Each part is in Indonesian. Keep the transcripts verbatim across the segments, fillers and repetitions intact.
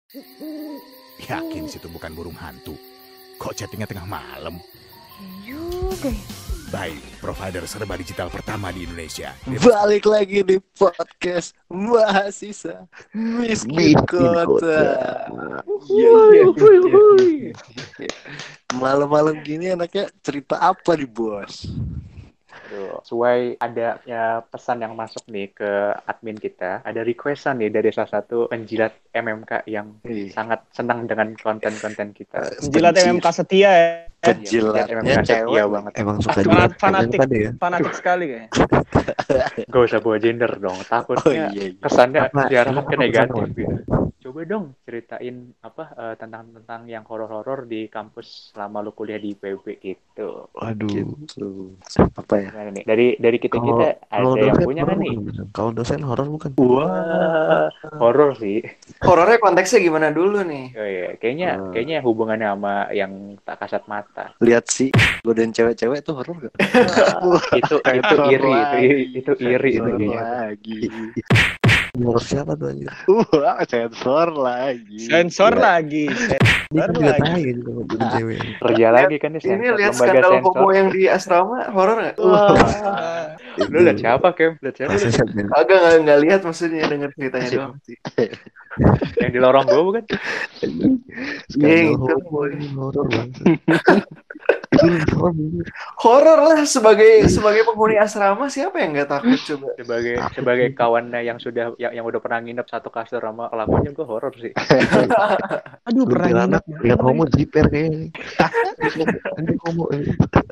Yakin situ bukan burung hantu? Kok chattingnya tengah malam? Juga. Baik, provider serba digital pertama di Indonesia. Balik lagi di podcast Mahasiswa Miskin Kota. Iya, iya, iya. Malam-malam gini anaknya cerita apa nih, Bos? Aduh, sesuai ada ya pesan yang masuk nih ke admin kita, ada requestan nih dari salah satu penjilat M M K yang Ih. sangat senang dengan konten-konten kita. Penjilat M M K setia ya. Penjilatnya M M K setia cewek banget. emang suka Fanat, juga fanatik, M M K deh ya. fanatik sekali kayaknya. Gak usah bawa gender dong, takutnya Oh, iya, iya. kesannya Apa? diarahkan Emang ke apa negatif kesannya? gitu. Coba dong ceritain apa eh, tentang tentang yang horor-horor di kampus selama lu kuliah di I P B gitu. Waduh. Gitu. Apa ya? Gimana nih? Dari dari kita Kalau kita kalau ada yang dosen punya horor kan nih? bukan? Kalau dosen horor bukan? Wah, horor sih. Horornya konteksnya gimana dulu nih? Oh iya, kayaknya Hmm. kayaknya hubungannya sama yang tak kasat mata. Lihat sih, godain cewek-cewek tuh horor gak? itu itu iri, itu, itu iri itu kayaknya. lagi. Horor siapa tuh anjir? Wah, sensor lagi. Sensor Gila. lagi. Dia kan Sensor juga lagi. tahu kalau godain cewek. Kerja lagi kan nih Ini sensor, lihat lembaga skandal sensor. homo yang di asrama horor nggak? Wah. Lu lihat siapa, Kem? Lihat siapa? Masa lu? sampai Agak nggak nggak lihat maksudnya denger ceritanya doang sih. Yang di lorong gua bukan? skandal Iya, itu. homo ini horor banget. Itu horor banget. Horor lah sebagai sebagai penghuni asrama siapa yang nggak takut coba? Sebagai sebagai kawannya yang sudah yang, yang udah pernah nginep satu kasur sama kelakuannya gua horor sih. Aduh, pernah Kuntilanak nginep. lihat homo jiper kayaknya. Anjing homo. eh.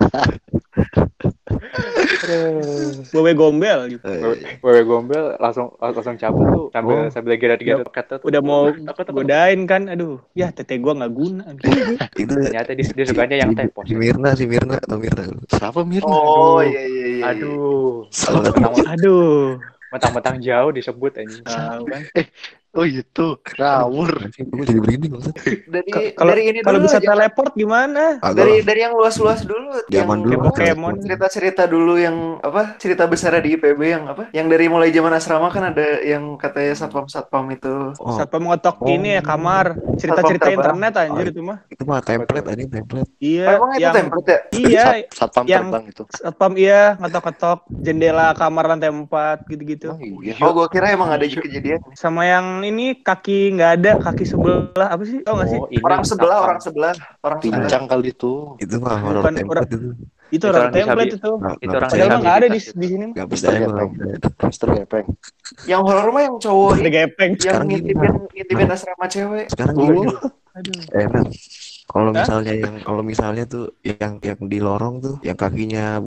Wewe gombel gitu. Eh, Wewe gombel langsung langsung cabut tuh sambil Oh. sambil gerak-gerak kata tuh. Udah mau Takut, takut. godain kan. Aduh, ya tete gua nggak guna. Itu Ternyata dia, dia sukanya yang si- tepos. Si Mirna, si Mirna atau Mirna. Siapa Mirna? Oh iya iya iya. Aduh. Salah. Aduh. Mentang-mentang jauh disebut anjing. Tahu kan. Oh itu ngawur. Anjing, gue jadi begini maksud. Dari Kalau dari ini kalau dulu bisa aja. teleport gimana? Dari dari yang luas-luas dulu. Zaman yang dulu apa, Pokemon. cerita-cerita dulu yang apa cerita besar di I P B yang apa yang dari mulai zaman asrama kan ada yang katanya satpam-satpam itu. Oh, Satpam ngotok Oh. ini ya kamar. Cerita-cerita Satpam terbang. internet anjir itu mah. itu mah template anjing template. Iya, Emang itu yang template ya? iya, Sat- satpam yang- terbang itu. satpam iya ngetok-ngetok jendela kamar lantai empat gitu-gitu. Oh iya. Oh gua kira emang ada kejadian. Sama yang ini kaki nggak ada, kaki sebelah apa sih? Tau nggak sih? Oh, ini Orang sebelah, satpam. orang sebelah, orang sebelah. Pincang kali itu. Itu mah horor Bukan template itu. Itu Itu orang orang template disabi- itu. Nggak- Itu nggak orang percaya. Padahal mah nggak ada di disabilitas. di sini. Nggak percaya Mister gua. Gepeng. Mister Gepeng. Yang horor mah yang cowok Ada gepeng. yang Sekarang gini, ngintipin ngintipin asrama cewek. Sekarang Oh. gini. Aduh. Eh, Ren, kalau Hah? misalnya yang kalau misalnya tuh yang yang di lorong tuh yang kakinya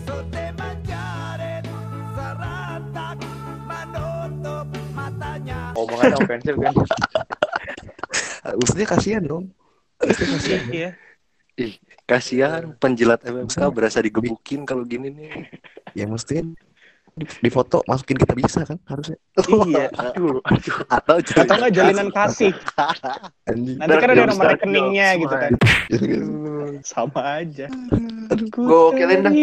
Omongannya ofensif kan. maksudnya kasihan dong. Maksudnya kasihan. Iya. Ih, kasihan penjilat M M K berasa digebukin kalau gini nih. Ya mestinya di, di foto masukin kita bisa kan harusnya. Iya. Aduh, aduh. Atau Atau nggak jalinan kasih. anjing. Nanti kan ada Dark nomor jokes, rekeningnya dark gitu kan. jokes, Sama aja. Gokilin dah.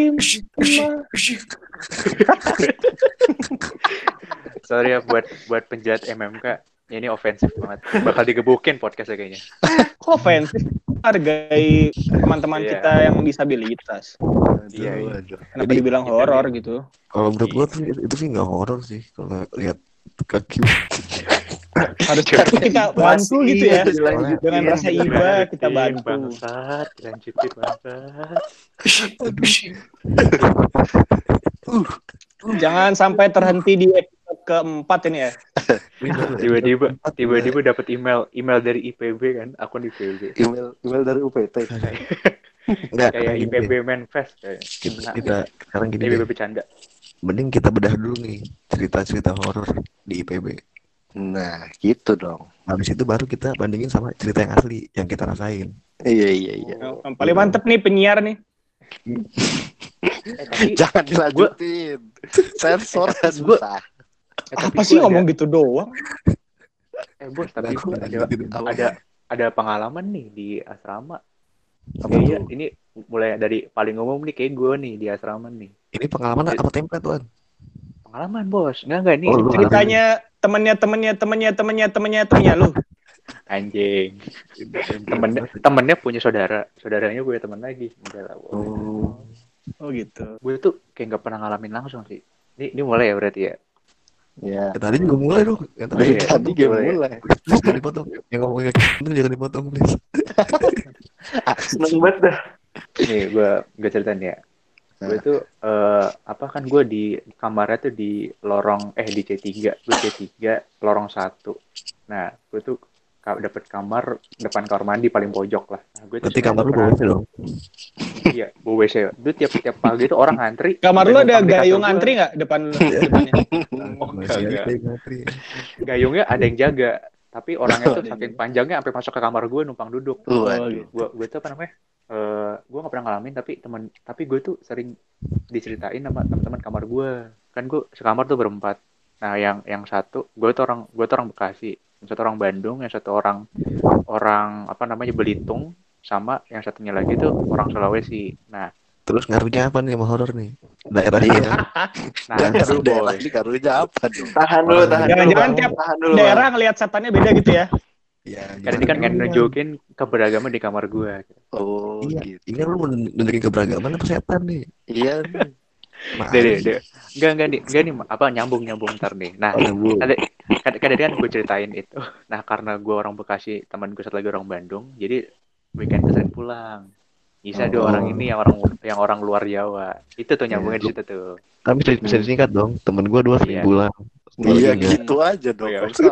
Sorry ya buat buat penjilat M M K. Ini ofensif banget. Bakal digebukin podcastnya kayaknya. Kok ofensif? Hargai teman-teman Iya. kita yang disabilitas. Iya, iya. Kenapa Jadi, dibilang itu horor dia. gitu? Kalau menurut gua tuh itu sih nggak horor sih kalau lihat kaki. Harus kita bantu gitu ya. Dilanjutin. Dengan rasa iba kita bantu. Bangsat, lanjutin bangsat. Jangan sampai terhenti di episode keempat ini ya. Tiba-tiba tiba-tiba dapat email email dari I P B kan, akun I P B. email email dari U P T. Enggak, Kayak I gini P B deh. Manfest kayak. Kita, kita sekarang gini I P B deh. bercanda. Mending kita bedah dulu nih cerita-cerita horor di I P B. Nah, gitu dong. Habis itu baru kita bandingin sama cerita yang asli yang kita rasain. Iya, iya, iya. Yang paling mantep nih penyiar nih. Eh, tapi Jangan dilanjutin. Sensor Eh, tapi gua- susah. eh, tapi Apa sih gua ngomong ada, gitu doang? eh bos, tapi Nah, gua ada lanjutin. Apa? ada ada pengalaman nih di asrama. Apa Kayaknya tuh? ini mulai dari paling umum nih kayak gue nih di asrama nih. Ini pengalaman apa template tuan? Pengalaman bos, enggak enggak nih Oh, lu cerita Ceritanya temennya temennya temennya temennya temennya temennya lu. Anjing. Temennya temennya punya saudara, saudaranya punya teman lagi. Enggak lah. Oh. Oh gitu. Gue tuh kayak nggak pernah ngalamin langsung sih. Ini ini mulai ya berarti ya. Ya. Ya tadi juga mulai dong. Ya, tadi Iya, tadi juga mulai. mulai. Please, jangan dipotong. Yang ngomongnya itu jangan dipotong, please. Seneng banget dah. Nih gue gue ceritain ya. Gue tuh uh, apa kan gue di kamarnya tuh di lorong eh di C tiga, gue C tiga lorong satu. Nah gue tuh ka- dapet kamar depan kamar mandi paling pojok lah. Nah, gue tuh Berarti kamar lu bawa dong. Iya, bawa W C. Itu tiap tiap pagi tuh orang ngantri. Kamar lu ada numpang di kasur gayung gua. antri nggak depan depannya? Oh, enggak, enggak. Gayungnya ada yang jaga. Tapi orangnya tuh saking panjangnya sampai masuk ke kamar gue numpang duduk. Oh, Gue gue tuh apa namanya? Uh, gue nggak pernah ngalamin tapi teman tapi gue tuh sering diceritain sama teman-teman kamar gue. Kan gue sekamar tuh berempat. Nah yang yang satu gue tuh orang gue tuh orang Bekasi, yang satu orang Bandung, yang satu orang orang apa namanya Belitung, sama yang satunya lagi tuh orang Sulawesi. Nah terus ngaruhnya apa nih sama horor nih? Daerahnya. Nah, terus daerah ini ngaruhnya apa dong? Tahan dulu, tahan dulu. Jangan-jangan tiap tahan dulu, daerah Bang. ngelihat setannya beda gitu ya? Iya. Karena ini kan kayak nunjukin keberagaman di kamar gue. Oh, iya. Gitu. Ini lu mau nunjukin keberagaman apa setan nih? Iya. Deh, deh, deh. Enggak, enggak nih, enggak nih, apa nyambung-nyambung ntar nih. Nah, oh, ada, kan, kan kan gue ceritain itu. Nah, karena gue orang Bekasi, teman gue satu lagi orang Bandung, jadi weekend sering pulang. Bisa oh. dua orang ini yang orang yang orang luar Jawa. Itu tuh nyambungnya yeah. di situ tuh. Tapi bisa, bisa disingkat dong. Temen gue dua sering yeah. pulang. Iya gitu aja dong. Oh, ya.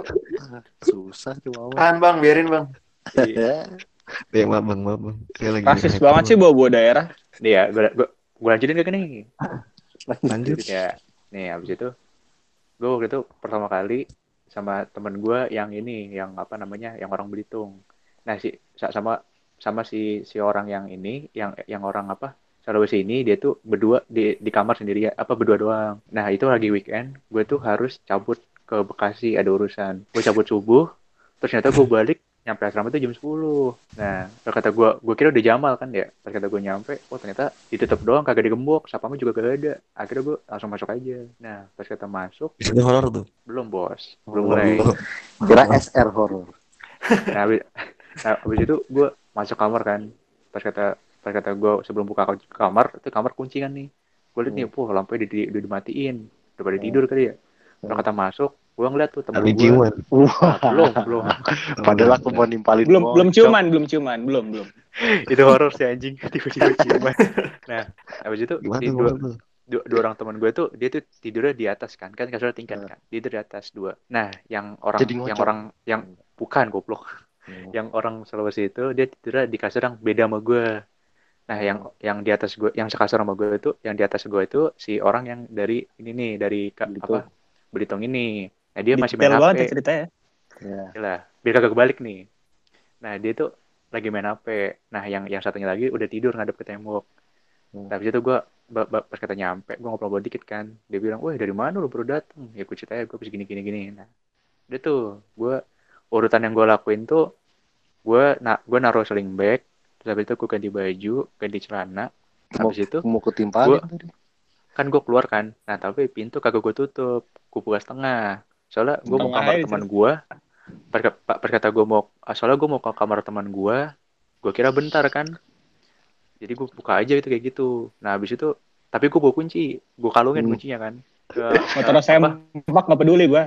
Susah cuma. Tahan Bang, biarin Bang. Iya. Ya maaf Bang, maaf Bang. Rasis banget sih bawa-bawa daerah. Iya, gue gue gue lanjutin gak nih? Lanjut. Ya. Nih, habis itu gue waktu itu pertama kali sama temen gue yang ini, yang apa namanya, yang orang Belitung. Nah, si sama sama si si orang yang ini, yang yang orang apa? Sulawesi ini, dia tuh berdua di di kamar sendiri, apa berdua doang. Nah, itu lagi weekend, gue tuh harus cabut ke Bekasi, ada urusan. Gue cabut subuh, terus ternyata gue balik nyampe asrama itu jam sepuluh. Nah, kata gue, gue kira udah Jamal kan ya. Pas kata gue nyampe, oh ternyata ditutup doang, kagak digembok, sapamnya juga kagak ada. Akhirnya gue langsung masuk aja. Nah, pas kata masuk, itu horor tuh. Belum, Bos. Belum mulai. Kira S R horor. Nah, habis, nah, habis itu gue masuk kamar kan. Pas kata pas kata gue sebelum buka kamar, itu kamar kunci kan nih. Gue liat nih, puh lampunya udah, udah dimatiin. Udah pada tidur kali ya. Pas kata masuk, gue ngeliat tuh temen gue. Wah, belum, belum. Padahal aku mau nimpalin. Belum, belum ciuman, belum ciuman, belum, belum. Itu horor sih anjing, tiba-tiba ciuman. Nah, habis itu Gimana, si dua, dua, dua orang teman gue tuh, dia tuh tidurnya di atas kan, kan kasurnya tingkat kan. Dia tidur di atas dua. Nah, yang orang yang orang yang bukan goblok. Hmm. Yang orang Sulawesi itu dia tidurnya di kasur yang beda sama gue. Nah, yang yang di atas gue, yang sekasur sama gue itu, yang di atas gue itu si orang yang dari ini nih, dari Belitung. apa? Belitung ini. Nah, dia masih main H P. Detail ceritanya. Ya. Yalah, biar kagak kebalik nih. Nah, dia tuh lagi main H P. Nah, yang yang satunya lagi udah tidur ngadep ke tembok. Hmm. Tapi itu gue pas kata nyampe, gue ngobrol-ngobrol dikit kan. Dia bilang, "Wah, dari mana lu baru datang?" Ya gue ceritain, gue begini gini gini. Nah, dia tuh gue urutan yang gue lakuin tuh gue na gue naruh sling bag, terus habis itu gue ganti baju, ganti celana. Habis itu mau ketimpalin tadi. Kan gue keluar kan. Nah, tapi pintu kagak gue tutup. Gue buka setengah. Soalnya gue mau kamar teman gue. Pas kata gue mau, soalnya gue mau ke kamar teman gue. Gue kira bentar kan. Jadi gue buka aja itu kayak gitu. Nah, habis itu, tapi gue bawa kunci. Gue kalungin hmm. kuncinya kan. Motor sempak gak peduli gue.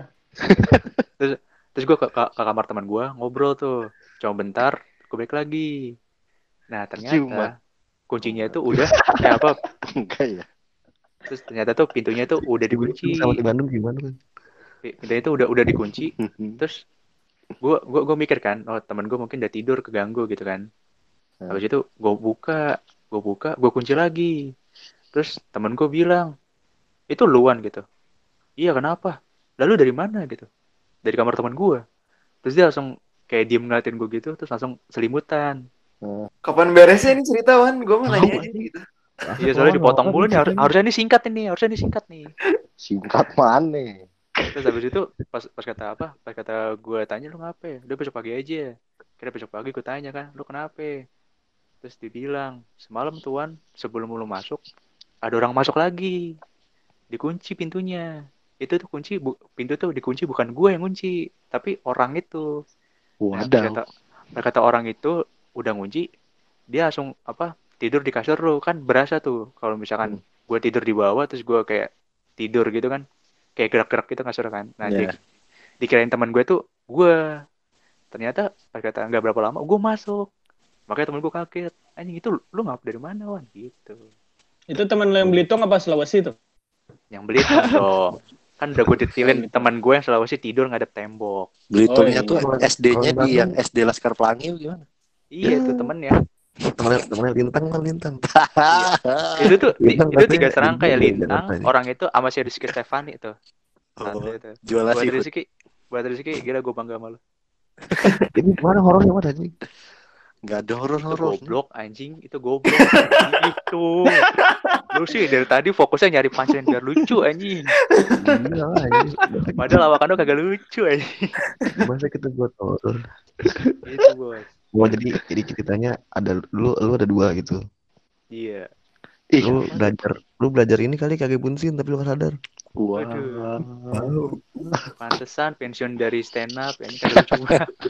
terus terus gue ke, ke, ke kamar teman gue ngobrol tuh. Cuma bentar, gue balik lagi. Nah, ternyata Cuma. kuncinya itu udah kayak apa? Enggak ya. Terus ternyata tuh pintunya tuh udah dikunci. Sama di Bandung gimana kan? Pintunya itu udah udah dikunci. Terus gue gue gue mikir kan, oh teman gue mungkin udah tidur keganggu gitu kan. Habis itu gue buka, gue buka, gue kunci lagi. Terus teman gue bilang, itu luan gitu. Iya kenapa? Lalu dari mana gitu? Dari kamar teman gue. Terus dia langsung kayak diem ngeliatin gue gitu, terus langsung selimutan. Kapan beresnya ini cerita Wan? Gue mau nanya aja gitu. Iya soalnya dipotong mulu nih, harus harusnya ini singkat ini, harusnya ini singkat nih. Singkat mana? Terus habis itu pas pas kata apa? Pas kata gue tanya lu ngapain? Udah besok pagi aja. Kira besok pagi gue tanya kan, lu kenapa? Terus dibilang, semalam tuan sebelum lu masuk ada orang masuk lagi. Dikunci pintunya. Itu tuh kunci bu, pintu tuh dikunci bukan gue yang kunci, tapi orang itu. Waduh. Kata, kata orang itu udah ngunci, dia langsung apa tidur di kasur lo kan berasa tuh kalau misalkan hmm. gue tidur di bawah terus gue kayak tidur gitu kan, kayak gerak-gerak gitu kasur kan. Nah yeah. di, dikirain teman gue tuh gue, ternyata pas kata nggak berapa lama gue masuk, makanya temen gue kaget, anjing itu lu ngap dari mana Wan gitu. Itu teman lo yang Belitung apa Sulawesi tuh? Yang Belitung dong. Kan udah gue detailin teman gue yang Sulawesi tidur ngadep tembok. Belitungnya oh, iya. tuh S D-nya di yang S D Laskar Pelangi gimana? Iya tuh temennya. Temennya temennya Lintang kan Lintang. Iya. Itu tuh lintang, itu tiga serangka ya Lintang. Orang itu sama si Rizky Stefani itu. Oh, itu. Jual buat Rizky, buat Rizky gila gue bangga sama lu. Ini mana horornya mana anjing? Enggak ada horor-horor. Goblok anjing, itu goblok. Itu. Lu sih dari tadi fokusnya nyari punchline biar lucu anjing. Iya anjing. Padahal lawakan lu kagak lucu anjing. Masa kita buat horor. Itu bos. Oh jadi jadi ceritanya ada lu lu ada dua gitu. Iya. Lu Ih, belajar lu belajar ini kali kagak bunsin tapi lu gak sadar. Waduh. Wow. Pantesan pensiun dari stand up ini kagak lucu.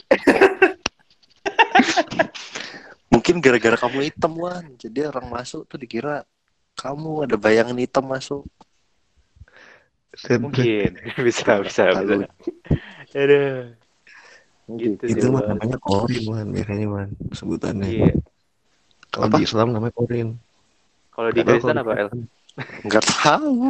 Mungkin gara-gara kamu hitam Wan, jadi orang masuk tuh dikira kamu ada bayangan hitam masuk. Mungkin bisa bisa bisa. Aduh. Gitu itu mah namanya korin man, biasanya man sebutannya. Iya. Kalau di Islam namanya korin. Kalau di Kristen apa El? Enggak tahu.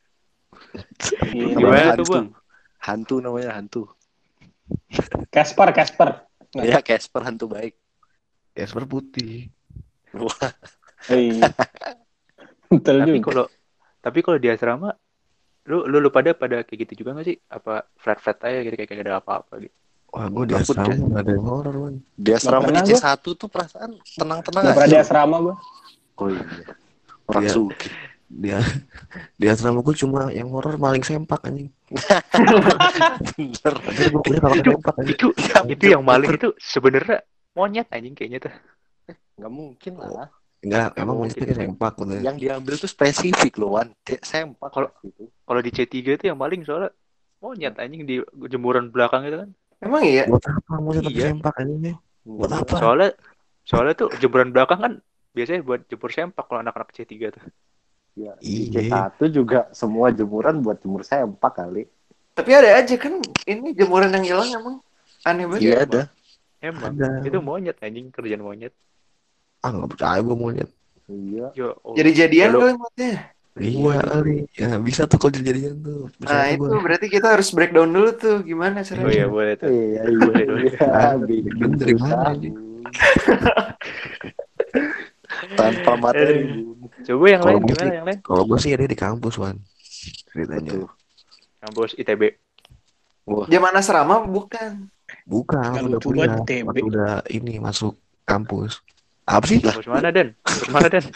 Gimana tuh Bang? Hantu namanya hantu. Casper, Casper. Iya Casper hantu baik. Casper putih. Wah. Iya. Betul tapi juga. kalau tapi kalau di asrama lu lu, lu pada pada kayak gitu juga nggak sih? Apa flat flat aja gitu kayak kayak ada apa-apa gitu? Wah, gue di asrama nggak ada yang horor man. Di asrama di C satu tuh perasaan tenang-tenang aja. Gak pernah di asrama gue. Oh iya. Orang dia, suki. Dia di asrama gue cuma yang horor maling sempak anjing. Bener. Gue kuliah kalau sempak anjing. Itu itu yang maling itu sebenarnya monyet anjing kayaknya tuh. Nggak mungkin lah. Enggak, emang monyetnya sempak bener. Yang diambil tuh spesifik loh Wan. Sempak kalau gitu. Kalau di C tiga itu yang maling soalnya monyet anjing di jemuran belakang itu kan. Emang iya? Buat apa mau tetap iya. sempak anjingnya? Buat apa? Soalnya soalnya tuh jemuran belakang kan biasanya buat jemur sempak kalau anak-anak C tiga tuh. Ya, di C satu juga semua jemuran buat jemur sempak kali. Tapi ada aja kan ini jemuran yang hilang emang aneh banget. Iya ada. Emang ada. Itu monyet anjing kerjaan monyet. Ah nggak percaya gue monyet. Iya. Yo, oh. Jadi jadian kali monyetnya. Iya kali, ya bisa tuh kalau jadian tuh. Nah itu gua. Berarti kita harus breakdown dulu tuh gimana caranya? Oh iya boleh tuh. Iya iya iya. Breakdown dari mana aja? Tanpa materi. Coba yang lain gimana yang lain? Kalau gue sih ada di kampus Wan, ceritanya. Betul. Kampus I T B. Wah. Zaman asrama bukan? Bukan, udah kuliah. Udah ini masuk kampus. Apa sih? Kampus mana Den? Kampus mana Den?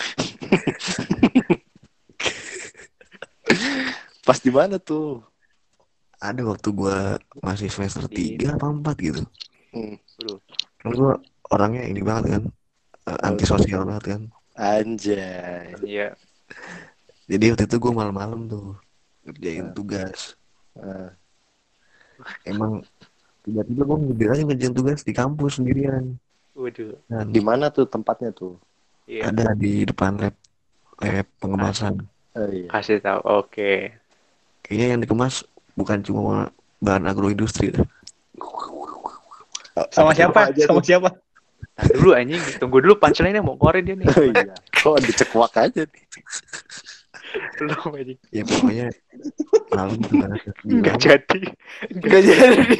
Pas di mana tuh? Ada waktu gue masih semester tiga apa empat gitu. Hmm. Kan gue orangnya ini banget kan, uh, antisosial banget kan. Anjay. Iya. Jadi waktu itu gue malam-malam tuh ngerjain uh. tugas. Uh. Emang tiba-tiba gue ngedir aja ngerjain tugas di kampus sendirian. Waduh. Dan di mana tuh tempatnya tuh? Iya. Ada di depan lab lab pengemasan. Oh, iya. Kasih tahu. Oke. Okay. Kayaknya yang dikemas bukan cuma bahan agroindustri dah. Sama siapa? Sama siapa? Nah, dulu anjing, tunggu dulu punchline-nya mau keluarin dia nih. Oh iya. Kok dicekuak aja nih. Belum anjing. Ya pokoknya malam itu kan. Enggak jadi. Enggak jadi.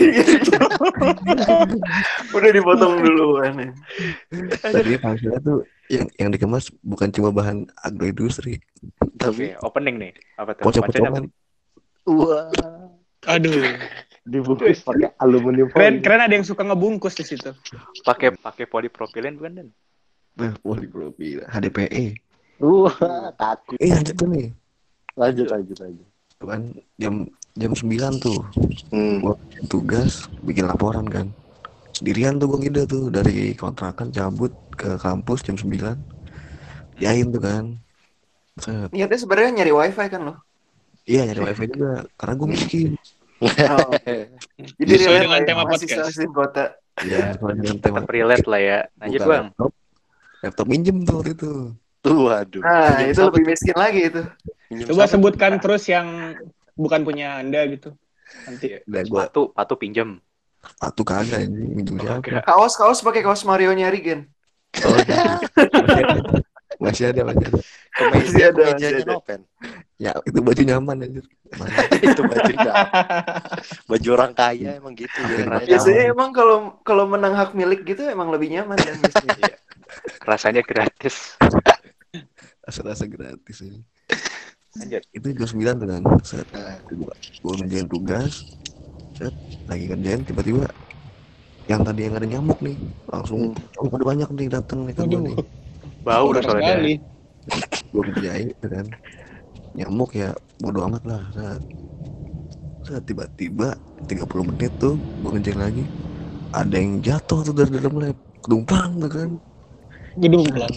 Udah dipotong dulu aneh. Tadi punchline tuh yang yang dikemas bukan cuma bahan agroindustri. Tapi okay, opening nih. Apa tuh? Pocong-pocongan. Wah. Aduh. Dibungkus pakai aluminium foil. Keren, keren ada yang suka ngebungkus di situ. Pakai pakai polipropilen bukan Dan? Nah, polipropilen, H D P E. Wah, takut. Eh, lanjut tuh nih. Lanjut, lanjut, lanjut. Tuh kan jam jam sembilan tuh. Hmm. Gua tugas bikin laporan kan. Sendirian tuh gua ngide tuh dari kontrakan cabut ke kampus jam sembilan. Yain tuh kan. Set. Niatnya sebenarnya nyari wifi kan lo? Iya nyari wifi juga karena gue miskin. Oh. Jadi sesuai dengan tema podcast. Asli kota. Iya, dengan tema Tetap relate lah ya. Lanjut buka Bang. laptop. Laptop minjem tuh waktu itu. Tuh, waduh. Nah, Minjem itu siapa lebih tuh? miskin lagi itu. Minjem Coba siapa tuh? sebutkan terus yang bukan punya Anda gitu. Nanti Udah gua Sepatu, sepatu pinjem. sepatu kagak anjing, minjem siapa? Kagak. Kaos-kaos pakai kaos Mario nyari Gen. Oh, gitu. Masih ada, masih ada. Masih Kemeja, ada, masih kemejanya ada. Nopen. Ya, itu baju nyaman anjir. Itu baju enggak. Baju orang kaya emang gitu. Hampir Biar Biasanya nyaman. emang kalau kalau menang hak milik gitu emang lebih nyaman kan biasanya. Iya. Rasanya gratis. Rasa-rasa gratis ini. Lanjut. Itu jam sembilan tuh kan. Set. Gua, gua ngerjain tugas. Set. Lagi kerjain tiba-tiba yang tadi yang ada nyamuk nih langsung oh, ada banyak nih datang nih ke gua nih. Bau udah Benar soalnya. sekali. Gua kerjain gitu kan. Nyamuk ya bodo amat lah. Set. Set tiba-tiba tiga puluh menit tuh gua ngerjain lagi. Ada yang jatuh tuh dari dalam lab. Kedumpang tuh kan. Gedung pelan.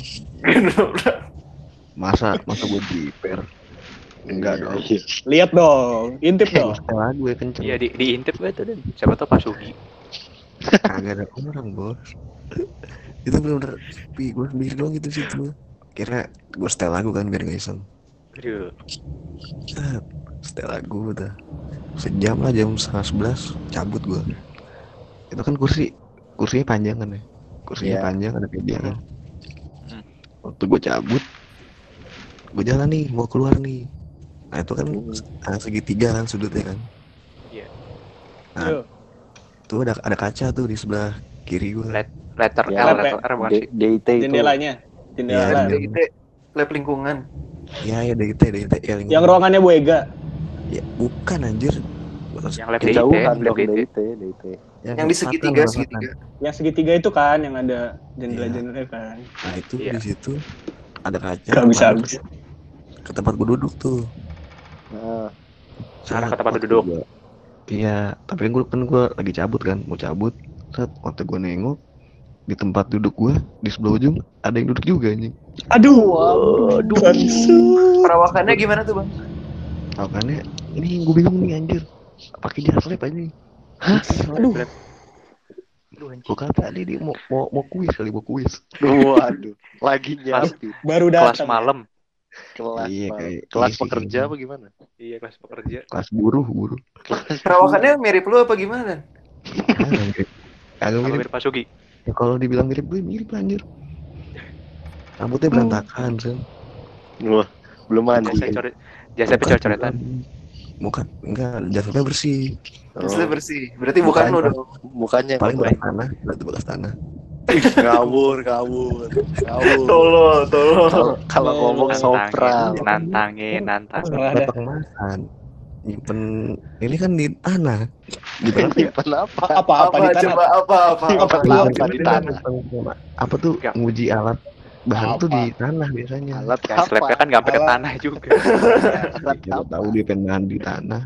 Masa masa gua jiper. Enggak dong. Lihat dong, intip dong. Setelah gue kenceng. Iya di diintip gue tuh Dan. Siapa tau Pak Sugi. Kagak ada orang bos. Itu bener-bener sepi. Gue sendiri doang gitu situ. Kira gue setel lagu kan biar gak iseng. Aduh. Set, setel lagu udah sejam lah, jam setengah sebelas cabut gue. Itu kan kursi kursinya panjang kan ya. Kursinya Iya. panjang ada meja kan. Hmm. Waktu gue cabut, gue jalan nih mau keluar nih. Nah itu kan uh, segitiga kan sudutnya kan. Iya. Nah, Yo. tuh ada ada kaca tuh di sebelah kiri gue. Let, letter Ya, L, letter R bukan sih? D I T itu. Jendelanya. Jendela. Iya, D I T lab lingkungan. Iya ya D I T D I T ya, Yang ruangannya Bu Ega. ya bukan anjir. Yang lab D I T, Kejauhan lab dong D I T. D I T, D I T. Yang di segitiga segitiga. Yang segitiga itu kan yang ada Iya. jendela-jendela kan. Nah itu Iya. di situ ada kaca. Gak bisa masuk habis. ke tempat gue duduk tuh. Nah, Arah ke Set, tempat waktu duduk. gua- Iya, tapi kan gue kan gue lagi cabut kan, mau cabut. Set, waktu gue nengok di tempat duduk gue di sebelah ujung ada yang duduk juga anjing. Aduh, aduh, aduh. Perawakannya gimana tuh bang? Tawakannya ini gue bingung nih anjir. Pakai jas lab anjing. Aduh. Gue kata dia, dia mau mau mau kuis kali mau kuis. waduh, lagi nyapi. Baru Kelas datang. malam. Kelas, Iya, Pak. kayak- kelas iya sih, pekerja kayaknya. apa gimana? Iya kelas pekerja. Kelas buruh buruh. Perawakannya mirip lu apa gimana? Kagak mirip. Kagak Kalau mirip. mirip Pak Sugi. Ya, kalau dibilang mirip gue mirip anjir. Rambutnya berantakan sen. Wah, belum mandi. Jasa coret, jasa coret-coretan. Muka enggak, jasanya bersih. Terusnya bersih. Berarti bukan lu dong. Mukanya Paling yang bekas tanah, itu bekas tanah. ngawur, ngawur, ngawur. Tolol, tolol. Kalau- Kalau ngomong sopra, Nantangin, nantangin, nantangin. Salah ada. Lab pengemasan. Nyimpen ini kan di tanah. Di tanah nyimpen apa? Apa-apa di Apa tanah. coba apa apa? Apa apa? tuh? Apa di tanah? Apa tuh Enggak. nguji alat bahan tuh Apa? di tanah biasanya. Alat Gas labnya kan nggak sampai ke Alat. tanah juga. Alat Ya, apa? tahu dia pengen bahan di tanah.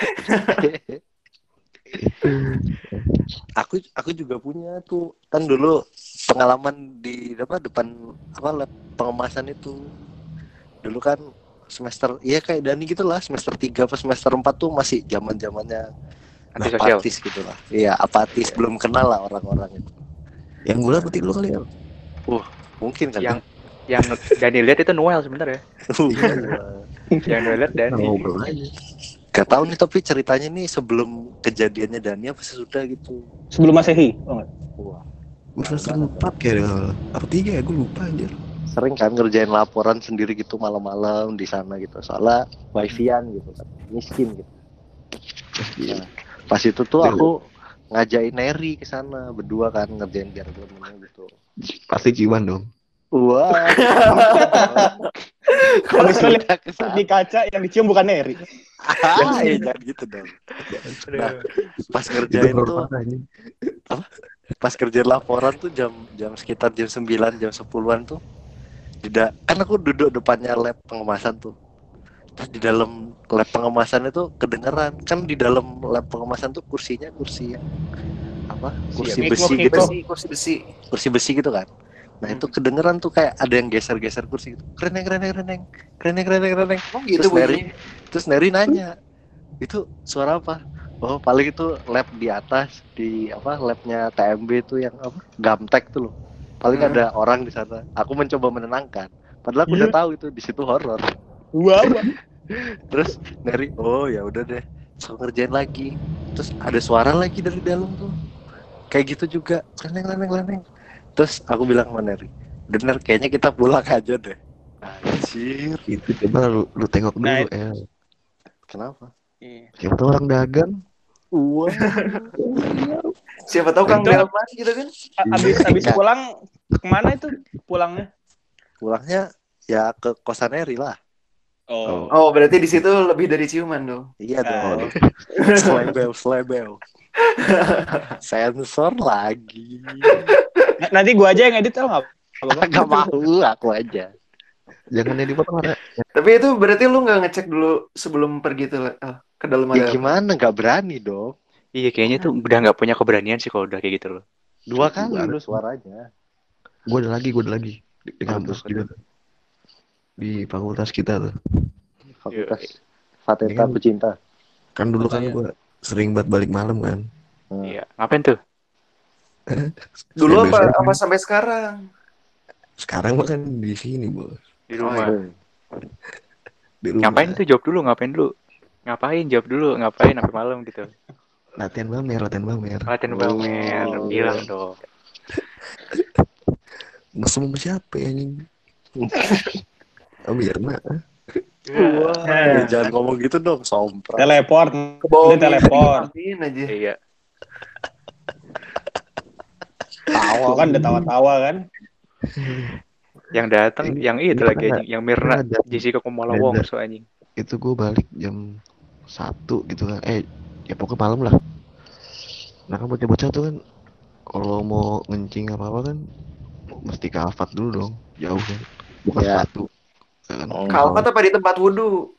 aku aku juga punya tuh kan dulu pengalaman di apa depan apa lab pengemasan itu dulu kan semester iya kayak Dani gitulah semester tiga apa semester empat tuh masih zaman zamannya Antisosial. apatis gitulah iya apatis belum kenal lah orang-orang itu Yang gula putih lu kali ya. mungkin kan Yang yang Dani lihat itu Noel sebenarnya. Iya. Yang Noel lihat Dani. Ngobrol aja. Gak tahu nih tapi ceritanya nih sebelum kejadiannya Dani apa sesudah gitu Sebelum Masehi. Oh, enggak. wah Gue semester empat kayak ada apa tiga ya gue lupa anjir. sering kan ngerjain laporan sendiri gitu malam-malam di sana gitu soalnya wifi-an gitu kan miskin gitu nah, pas itu tuh aku ngajain Neri ke sana berdua kan ngerjain biar temennya gitu Pasti ciuman dong. wah Kalau kita lihat udah ke sana di kaca yang dicium bukan Neri. ah, eh, jangan gitu dong nah pas Itu ngerjain horor tuh parah anjing. pas kerjain laporan tuh jam jam sekitar jam sembilan jam sepuluhan tuh tidak kan aku duduk depannya lab pengemasan tuh terus di dalam lab pengemasan itu kedengeran kan di dalam lab pengemasan tuh kursinya kursi yang apa kursi Mikro, besi mikro. gitu Besi, kursi besi. kursi besi gitu kan nah itu kedengeran tuh kayak ada yang geser-geser kursi gitu kereneng kereneng kereneng kereneng kereneng kereneng Oh gitu terus Neri bunyinya. terus Neri nanya itu suara apa Oh, paling itu lab di atas di apa labnya T M B itu yang apa? Gamtek tuh loh. Paling Hmm. ada orang di sana. Aku mencoba menenangkan. Padahal aku udah Iya. tahu itu di situ horor. Wah, wah. Terus Neri, oh ya udah deh, so ngerjain lagi. Terus ada suara lagi dari dalam tuh, kayak gitu juga, leneng leneng leneng. Terus aku bilang sama Neri, bener kayaknya kita pulang aja deh. Anjir, Itu coba lu, lu tengok dulu Nah, El. kenapa? Iya. Siapa tuh orang dagang? Wah, Siapa tahu Kang Itu- Delman gitu kan? A- Abis abis Iya. pulang kemana itu pulangnya? pulangnya ya ke kosan Neri lah. Oh. Oh, berarti di situ lebih dari ciuman dong. Iya Ah. dong. Slebel, slebel. Sensor lagi. N- Nanti gua aja yang edit tau nggak? apa-apa. Gak mau, aku aja. Jangan yang dipotong ada. Tapi itu berarti lu nggak ngecek dulu sebelum pergi tuh eh, ke dalam Ya ada apa? gimana? Gak berani dong. Iya kayaknya tuh udah nggak punya keberanian sih kalau udah kayak gitu loh. Dua kali Ada. lu suaranya. Gue ada lagi, gue ada lagi di, di Apa kampus tuh? juga tuh. Di fakultas kita tuh. Fakultas Fateta Ini kan- Pecinta. Kan dulu kan Makanya. gue sering banget balik malam kan. Hmm. Iya, ngapain tuh? Dulu Saya apa biasanya- apa sampai sekarang? Sekarang mah kan di sini bos. Di Oh, rumah. iya. Di rumah. Ngapain tuh? Jawab dulu, ngapain dulu? Ngapain? Jawab dulu, ngapain sampai malam gitu. Latihan bamer, latihan bamer. Latihan Oh, bamer, bilang iya. dong. Mesum sama siapa ya anjing? Oh, Mirna. Wah, Nah. jangan ngomong gitu dong, sompral. Teleport. Ke bawah Dia teleport. Amin aja. Iya. Tawa. Tuh kan udah tawa-tawa kan. Yang datang, Ini- yang itu ini lagi kan anjing, yang Mirna, ada- Jessica Kumala ada- Wongso anjing. Itu gue balik jam satu gitu kan. Eh, ya pokoknya malam lah. Nah kan bocah-bocah tuh kan kalau mau ngencing apa-apa kan mesti ke Alfat dulu dong. Jauh kan. Bukan Ya. satu. Kan. Oh. Kalpat apa di tempat wudhu?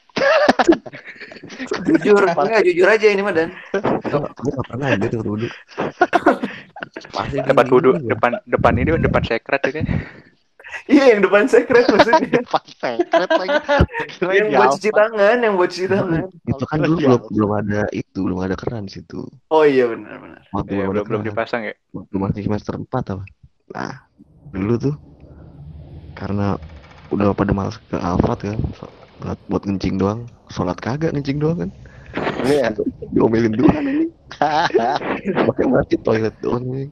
Jujur, enggak jujur aja ini mah Dan. Gue gak pernah aja tuh duduk. Pasti Tempat gini wudhu, gua. depan depan ini depan sekret ya kan. Iya yang depan secret maksudnya. Depan sekret lagi. Kira yang di buat Alfa. cuci tangan, yang buat cuci tangan. Itu kan Kira dulu di belum Alfa. belum ada itu, belum ada keran di situ. Oh iya benar-benar. Waktu Iya, belum ada belum belum keran. dipasang ya. Waktu masih semester empat apa. Nah, dulu tuh karena udah pada malas ke Alfat kan, so- buat, buat ngencing doang, sholat kagak ngencing doang kan, Iya. diomelin doang ini, makanya mati toilet doang nih,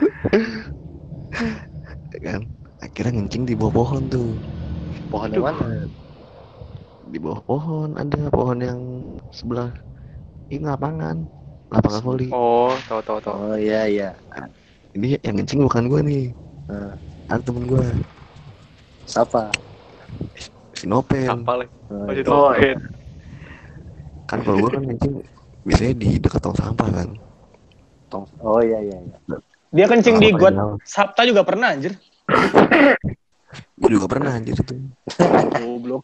kan, akhirnya ngencing di bawah pohon tuh, Pohon yang mana? di bawah pohon ada pohon yang sebelah ini lapangan, lapangan voli, Oh, tahu tahu tahu. Oh iya iya. ini yang ngencing bukan gua nih, Nah, ada temen gua, siapa? si Nopen, Apa lagi? Oh, Oh, iya. itu Oh, Nopen. kan kalau gua kan ngencing biasanya di dekat tong sampah kan. Tong- Oh iya iya iya. Dia kencing di Lapangan got dalam. Sabta juga pernah anjir. Gua juga pernah anjir itu. Goblok.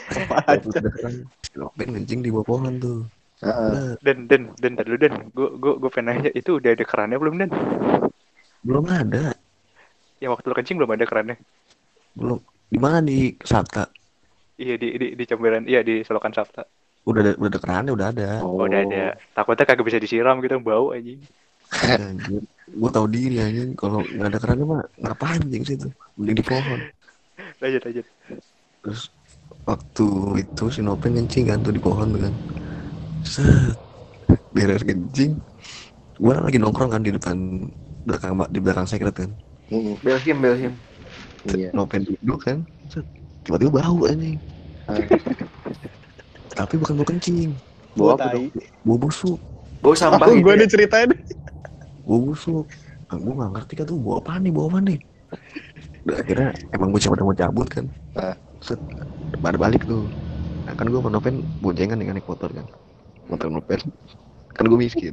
Nopen ngencing di bawah pohon tuh. Heeh. Nah, Dan dan dan tadi dulu dan gue gue gue pengen nanya itu udah ada kerannya belum dan? belum ada, Yang waktu lu kencing belum ada kerannya? belum. Di mana di Sabta? Iya di di di Camberan, iya di Selokan Sabta. Udah ada, udah ada kerannya, udah ada. Oh, udah ada. Takutnya kagak bisa disiram gitu bau anjing. Anjir, gua tahu diri anjing kalau nggak ada kerannya mah ngapain anjing situ? Mending di pohon. Lanjut lanjut. Terus waktu itu si Nopen ngencing kan tuh di pohon tuh kan. Set, beres kencing. Gua lagi nongkrong kan di depan belakang di belakang sekret kan. Mm, Belhim, Belhim. Iya. Nopen duduk kan. Set, tiba-tiba bau anjing. Ah. Tapi bukan bau kencing, Bawa Gua apa tai. dong? bau busuk. Bau sampah Aku gitu. gue ya? diceritain. Bau busuk. Nah, gue gak ngerti kan tuh bau apa nih, bau apa nih. Udah akhirnya emang gue pada mau cabut kan. Ah. Set, pada balik tuh. Nah, kan gue sama Nopen boncengan nih kan naik motor kan. Motor Nopen. Kan gue miskin.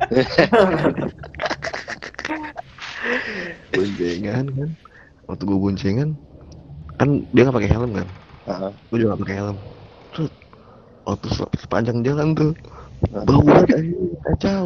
Boncengan kan. Waktu gue boncengan kan dia gak pakai helm kan. Heeh. Gue juga gak pakai helm. Set, waktu se- sepanjang jalan tuh bau banget anjing, kacau.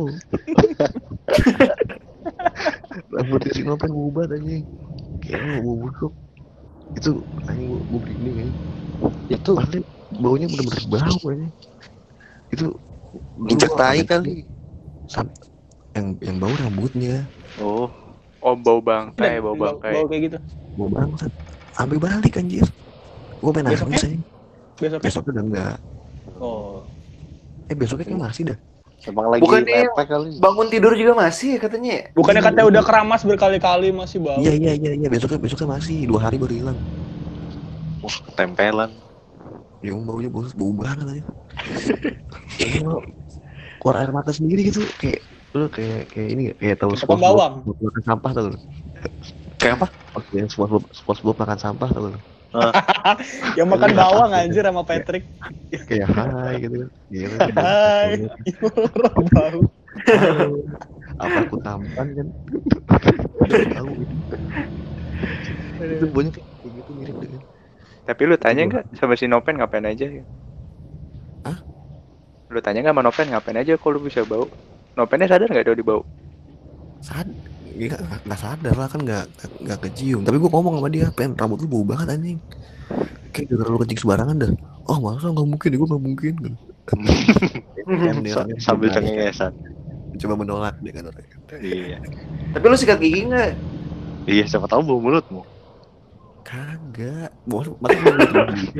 Rambutnya si Nopen bau banget anjing. Kayaknya bau busuk. Itu anjing gue gue merinding anjing. Itu Pasti baunya bener-bener bau anjing. Itu Nginjek tai kali. Sam- yang yang bau rambutnya, Oh, Oh, bau bangkai, bau Bau, bangkai. bau kayak gitu. bau bangsat. Sampai balik anjir. Gue main Besoknya? nangis aja. Besoknya. Besoknya udah enggak. Oh. Eh besoknya kayak masih dah. emang lagi Bukannya lepek kali. bangun tidur juga masih ya katanya ya? Bukannya katanya udah keramas berkali-kali masih bau. Iya iya iya iya besoknya besoknya masih dua hari baru hilang. Wah, tempelan. Ya baunya bau bau banget aja. Kayak lo keluar air mata sendiri gitu kayak lo kayak kayak ini gak? Kayak tahu Kayak tukang bawang. makan sampah tau lo. Kayak apa? Waktu yang SpongeBob SpongeBob makan sampah tau lo. Yang makan Iya, bawang iya. anjir sama Patrick. Kayak hai gitu kan. Gitu. Hai. Orang bau. Halo. Apa aku tampan kan? Tahu gitu. Itu baunya kayak gitu mirip dengan. Tapi lu tanya nggak sama si Nopen ngapain aja? Hah? Lu tanya nggak sama Nopen ngapain aja kok lu bisa bau? Nopennya sadar nggak dia dibau? Sad nggak nggak sadar lah kan nggak nggak kecium. Tapi gua ngomong sama dia, pen rambut lu bau banget anjing. Kayak gara lu kencing sembarangan dah. Oh masa nggak mungkin, gua nggak mungkin. Kan dia Sa- orangnya sambil baik, cengengesan. coba menolak dia kan orangnya. Iya. Tapi lu sikat gigi nggak? Iya, siapa tahu bau mulutmu. Kagak, masa masa gua nggak gitu.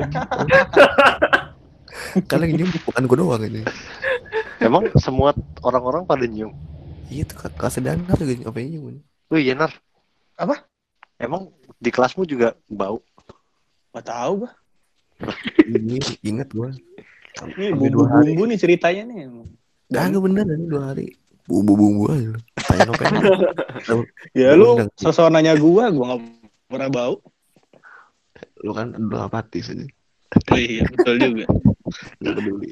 Karena ini bukan gua doang ini. Emang semua orang-orang pada nyium. Iya tuh kelas danar juga apa ini nyium. Oh iya, Nar. Apa? Emang di kelasmu juga bau? Gak tahu, Bah. Ini inget gua. Ini Sampai dua hari. bumbu-bumbu nih ceritanya nih. Kagak bener ini dua hari. Bumbu-bumbu aja lu. Tanya Nopen. Ya Gua lu undang. sosok nanya gua, gua gak pernah bau. Lu kan udah apatis aja. Oh iya, betul juga. Gak peduli.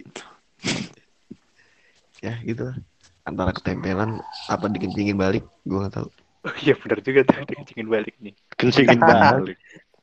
Ya gitu lah. Antara ketempelan apa dikencingin balik, gua nggak tahu. Oh iya benar juga tuh dikencingin balik nih. Kencingin balik.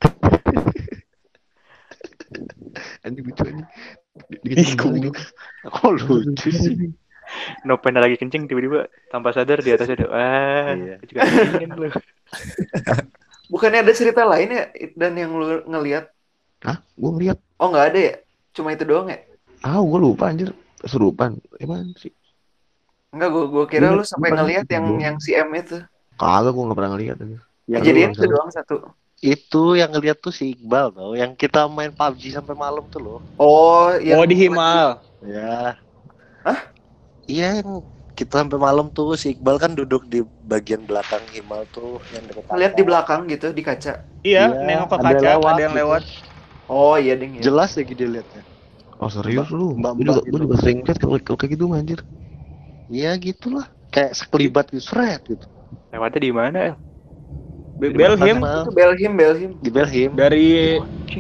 Anjing lucu anjing. Ih, Dikencingin balik. goblok. Kok lucu sih? Nopen lagi kencing tiba-tiba tanpa sadar di atas ada. Wah, Iya. juga kencingin lu. Bukannya ada cerita lain ya dan yang lu ngelihat? Hah? Gua ngeliat. Oh nggak ada ya? Cuma itu doang ya? Ah, gua lupa anjir. Kesurupan. Emang sih? Enggak, gua gua kira Iya, lu sampai bukan. ngelihat yang Belum. yang si M itu. Kagak, gua nggak pernah ngeliat anjir. Yang Kejadian lu- itu doang satu. Itu yang ngeliat tuh si Iqbal tau, yang kita main P U B G sampai malam tuh loh. Oh, yang Oh di Himal. Ya. Hah? Iya, yang kita sampai malam tuh si Iqbal kan duduk di bagian belakang Himal tuh yang dekat Ngeliat di belakang gitu di kaca. Iya, Iya, nengok ke ada kaca, lewat ada yang gitu. lewat. Oh iya ding ya. Jelas lagi dia liatnya. Oh serius lu? Mbak- Gua juga, mbak gua gitu. juga sering liat kalau kalau kayak gitu anjir. Iya gitulah. Kayak sekelibat gitu, seret gitu. Lewatnya di mana, El? Be- Belhim Belakang, Itu Belhim, Belhim. di Belhim. dari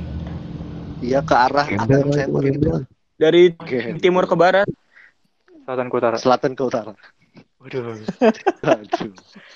Iya ke arah Gembel Atem lah itu, Center gitu. gembel. dari Oke. timur ke barat. Selatan ke utara. Selatan ke utara. Waduh. Aduh.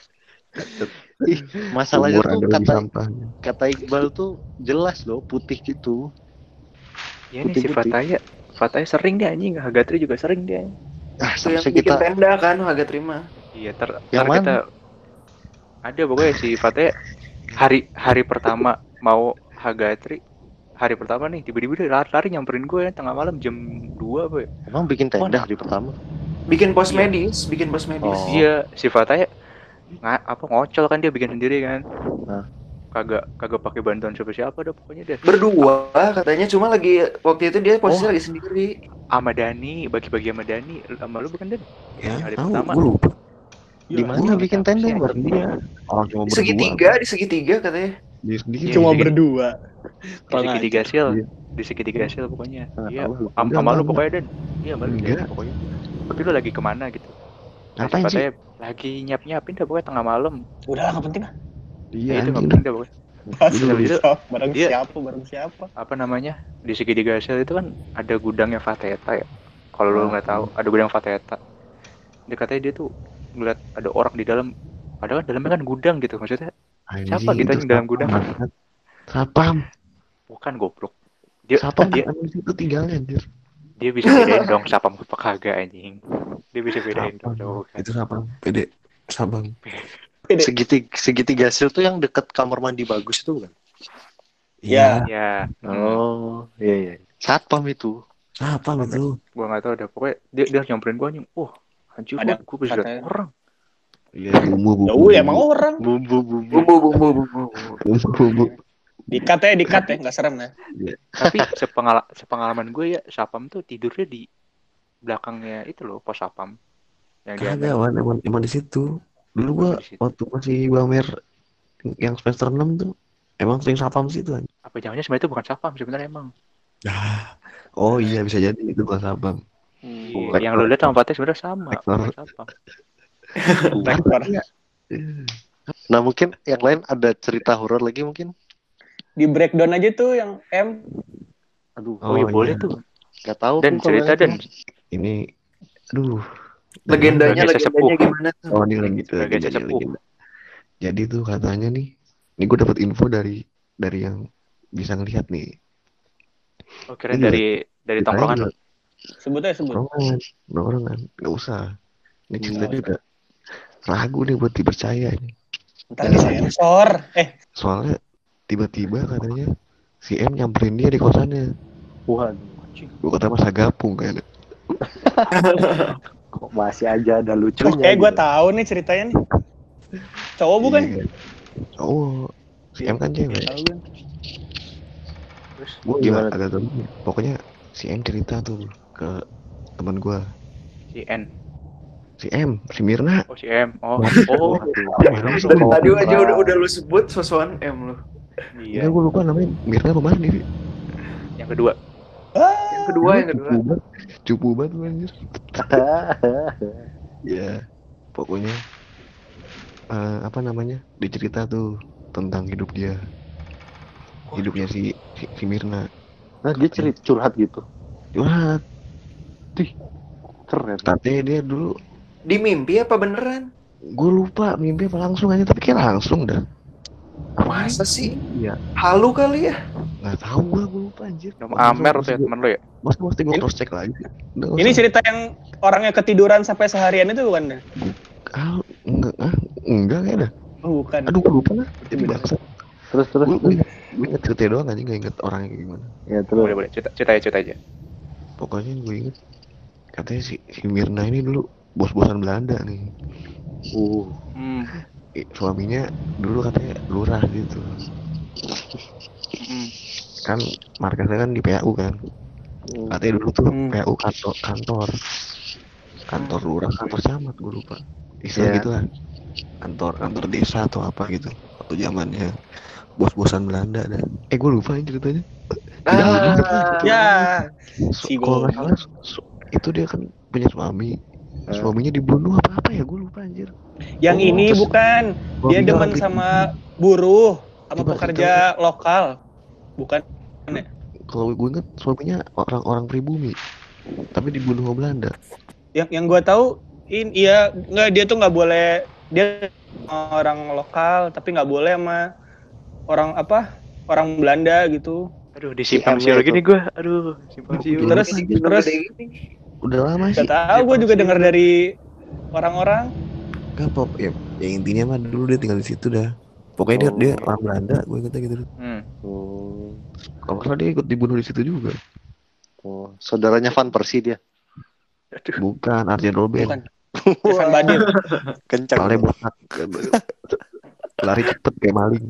Ih, masalahnya Umur tuh ada lebih kata sampahnya. kata Iqbal tuh jelas loh putih gitu. Ya nih si Putih-putih. Fataya. Fataya sering dia anjing, Hagatri juga sering dia. Ah, Itu yang seharusnya bikin kita tenda kan, harga terima. Iya, ter, Yang ter mana? kita ada pokoknya si Fataya hari hari pertama mau Hagatri hari pertama nih tiba-tiba dia lari-lari nyamperin gue tengah malam jam dua apa ya? emang bikin tenda hari pertama. Bikin pos Iya. medis, bikin pos medis. Oh. Iya, si Fataya nggak apa ngocol kan dia bikin sendiri kan. Nah. Kagak kagak pakai bantuan siapa-siapa dah pokoknya deh. Berdua katanya, cuma lagi waktu itu dia posisi Oh. lagi sendiri. Sama Dani, bagi-bagi sama Dani, sama lu bukan Dan? Ya, Hari tahu, pertama. gua lupa. Di mana bikin tenda Siapa sih, bareng dia? Orang cuma Di berdua. segitiga, di segitiga katanya. Di sendiri. Iya, Cuma iya. berdua. Di Kurang segitiga sil, Iya. di segitiga sil pokoknya. Nggak Iya, tahu. am- Enggak, sama lu enggak, pokoknya Dan. Iya, sama lu Enggak. Dan pokoknya. Tapi lu lagi kemana gitu? Nah, si Ngapain sih? Fataya lagi nyiap-nyiapin dah pokoknya tengah malam. Udah lah, nggak penting lah. Iya, Ya, itu nggak anjing. penting dah pokoknya. Bahas Dulu itu- siapa, bareng dia- siapa, bareng siapa. Apa namanya? Di segitiga sil itu kan ada gudangnya Fateta ya. Kalau lu Oh. nggak tahu, ada gudang Fateta. Dia katanya dia tuh ngeliat ada orang di dalam. Padahal dalamnya kan gudang gitu maksudnya. Anjing, Siapa kita itu yang dalam sapam, gudang? bangsat. Sapam. Bukan goblok. Dia Sapam dia bukan di situ tinggalnya anjir. dia bisa bedain dong sapam apa kagak anjing. Dia bisa bedain Sapam. dong. Kan. Itu sapam. Pede. Sabang. Segitiga segitiga sil tuh yang deket kamar mandi bagus itu kan? Ya. Ya. Oh, iya iya. Satpam itu. Apa itu? Gua nggak tahu deh. Pokoknya dia dia nyamperin gua anjing. Wah, anjir Ada gua bisa lihat katanya. orang. Iya, bumbu bumbu. Ya udah emang orang. Bumbu bumbu. Bumbu bumbu bumbu. Bumbu bumbu. Dikat ya, dikat ya, nggak serem ya. Tapi sepengala- sepengalaman gue ya, Sapam tuh tidurnya di belakangnya itu loh, pos Sapam. Yang dia Kagak, Wan, emang emang di situ. Dulu gua Emang di situ. waktu masih Bamer yang semester enam tuh emang sering sapam situ kan. apa jangannya sebenarnya itu bukan Sapam sebenarnya emang. Oh iya, bisa jadi itu bukan sapam. Iya, Lektor. yang lu lihat sama Fatih sebenarnya sama, Lektor. bukan Sapam. Rektor. Nah mungkin yang lain ada cerita horor lagi mungkin. Di breakdown aja tuh yang M. Aduh, Oh, iya boleh iya. tuh. nggak tahu Dan tuh kalau cerita yang dan itu. Ini aduh. Legendanya Sebagai sesepuh. legendanya gimana tuh? Oh, ini lagi Sebagai legenda, sesepuh. legenda. Jadi tuh katanya nih, ini gue dapat info dari dari yang bisa ngelihat nih. Oh, kirain Iya. dari dari tongkrongan lu. Sebut aja sebut. Nongkrongan, nongkrongan, nggak usah. Ini cerita Nggak juga ragu nih buat dipercaya ini. Ntar disensor. Eh, Soalnya tiba-tiba katanya si M nyamperin dia di kosannya. Waduh, Gue kata masa gapung kayaknya. kok masih aja ada oh, lucunya. kayak gue gitu. tahu nih ceritanya nih. Cowok bukan? Iya. Oh, si M kan cewek. Tahu kan? Terus Gue Gimana gimana agak tahu. Pokoknya si M cerita tuh ke teman gue. si N. Si M, si Mirna. Oh, si M. Oh, oh. Dari tadi aja udah udah lu sebut sosokan M lu. Iya. Enggak, gue lupa namanya Mirna apa mana nih? Yang kedua. Yang kedua yang kedua. Cupu banget, cupu banget gue anjir. Ya, pokoknya eh, apa namanya? Dicerita tuh tentang hidup dia. Hidupnya si si, si Mirna. Nah dia cerita curhat gitu. Curhat. Keren. Katanya dia dulu, Di mimpi apa beneran? gue lupa mimpi apa langsung aja, tapi kayak langsung dah. Masa sih? Iya. Halu kali ya? Nggak tahu gue, gue lupa anjir. Nama Amer tuh ya teman lu ya? Mas mesti gue Ini- cross check lagi. Udah, nggak Ini usah. cerita yang orangnya ketiduran sampai seharian itu bukan? Ah, enggak, ah, enggak kayak dah. Oh, bukan. Aduh, gue lupa lah. Itu Jadi beda. bangsa. Terus terus. Gue gue inget, gue inget ceritanya doang aja, nggak inget orangnya kayak gimana. Ya terus. Boleh boleh. Cerita cerita aja cerita aja. Pokoknya gue inget katanya si, si Mirna ini dulu bos-bosan Belanda nih. Uh. Hmm. I- Suaminya dulu katanya lurah gitu. Hmm. Kan markasnya kan di P A U kan. Katanya dulu tuh Hmm. P A U kantor kantor kantor lurah, kantor camat, gue lupa. Istilah Ya. gitu lah. Kantor kantor desa atau apa gitu. Waktu zamannya bos-bosan Belanda ada. Eh gue lupa ini ceritanya. Ah, Ya, So, si kalau nggak goblok. salah so- itu dia kan punya suami. Eh. Suaminya dibunuh apa apa ya, gue lupa anjir. yang Oh, ini terus- bukan. Dia Suaminya demen orang sama buruh, sama Coba pekerja lokal. Bukan. pribumi. Kalau gue inget suaminya orang-orang pribumi, tapi dibunuh sama Belanda. Yang yang gue tahu, in iya nggak, dia tuh nggak boleh, dia orang lokal tapi nggak boleh sama orang apa orang Belanda gitu. Aduh, disimpan Si siul M-nya gini gue. Aduh, simpan siul. Terus Gini, terus gede gini. Udah lama sih. nggak tahu, gue juga dengar dari orang-orang. Gak pop ya, ya intinya mah dulu dia tinggal di situ dah. Pokoknya dia Oh. dia orang Belanda, gue ingetnya gitu. Hmm. Oh. Kalau nggak salah dia ikut dibunuh di situ juga. Oh. Saudaranya Van Persie dia. Bukan Arjen Robben. Bukan. Evan Badir. Kencang. Soalnya botak. Lari cepet kayak maling.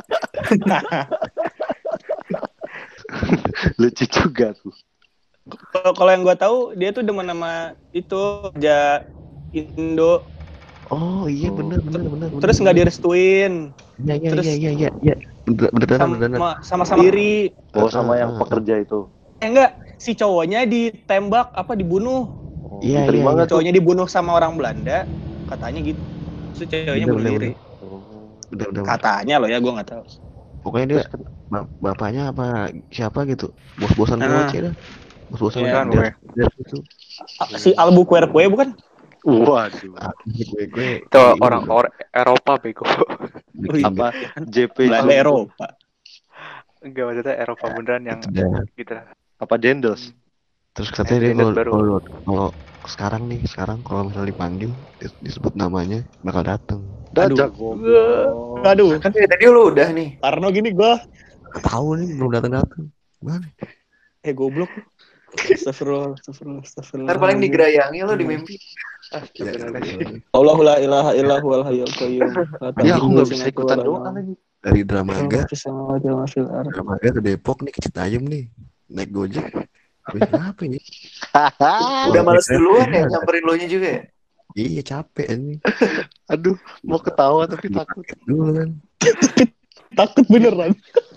Lucu juga tuh. Kalau kalau yang gue tahu, dia tuh demen sama itu kerja Indo. Oh iya, Oh. bener bener bener. Terus nggak direstuin. Iya iya terus- iya iya iya iya. Bener bener bener bener. sama sama sama diri. Oh sama Ah, yang ah, pekerja itu. Eh enggak, si cowoknya ditembak apa dibunuh. Oh, Iya, diterima iya, nggak tuh? Cowoknya dibunuh sama orang Belanda, katanya gitu. Terus ceweknya Bener, bunuh bener, diri. Oh. Bener bener. Katanya loh ya, gue nggak tahu. Pokoknya dia ba- bapaknya apa siapa gitu, bos-bosan Ah. V O C dah. Bos-bosan Iya, der- der gitu. Ah, Si Albuquerque bukan? Waduh. Ah, gue gue Itu ini orang juga orang Eropa bego. bikin Apa? J P Belanda Eropa. Enggak, maksudnya Eropa beneran yang dah. gitu. Apa Dendels? Terus katanya dia Evidence kalau baru. kalau kalau sekarang nih, sekarang kalau misalnya dipanggil dis- disebut namanya bakal dateng. Dajak goblok. Aduh, Kan dari tadi lu udah nih. Parno gini gue. Tahu nih belum datang datang. Mana? Eh goblok. Astagfirullah, astagfirullah, astagfirullah. Ntar paling digerayangi lo di mimpi. Ya, Allahu la ilaha illa huwal hayyul qayyum. Ya aku nggak bisa ikutan doa lagi. dari Dramaga, Dramaga. Dramaga ke Depok nih ke Citayam nih, naik Gojek. Wih, kenapa ini? Udah males duluan ya nyamperin lo nya juga ya. Iya capek ini. Aduh, mau ketawa tapi takut. Dulu kan. Takut beneran.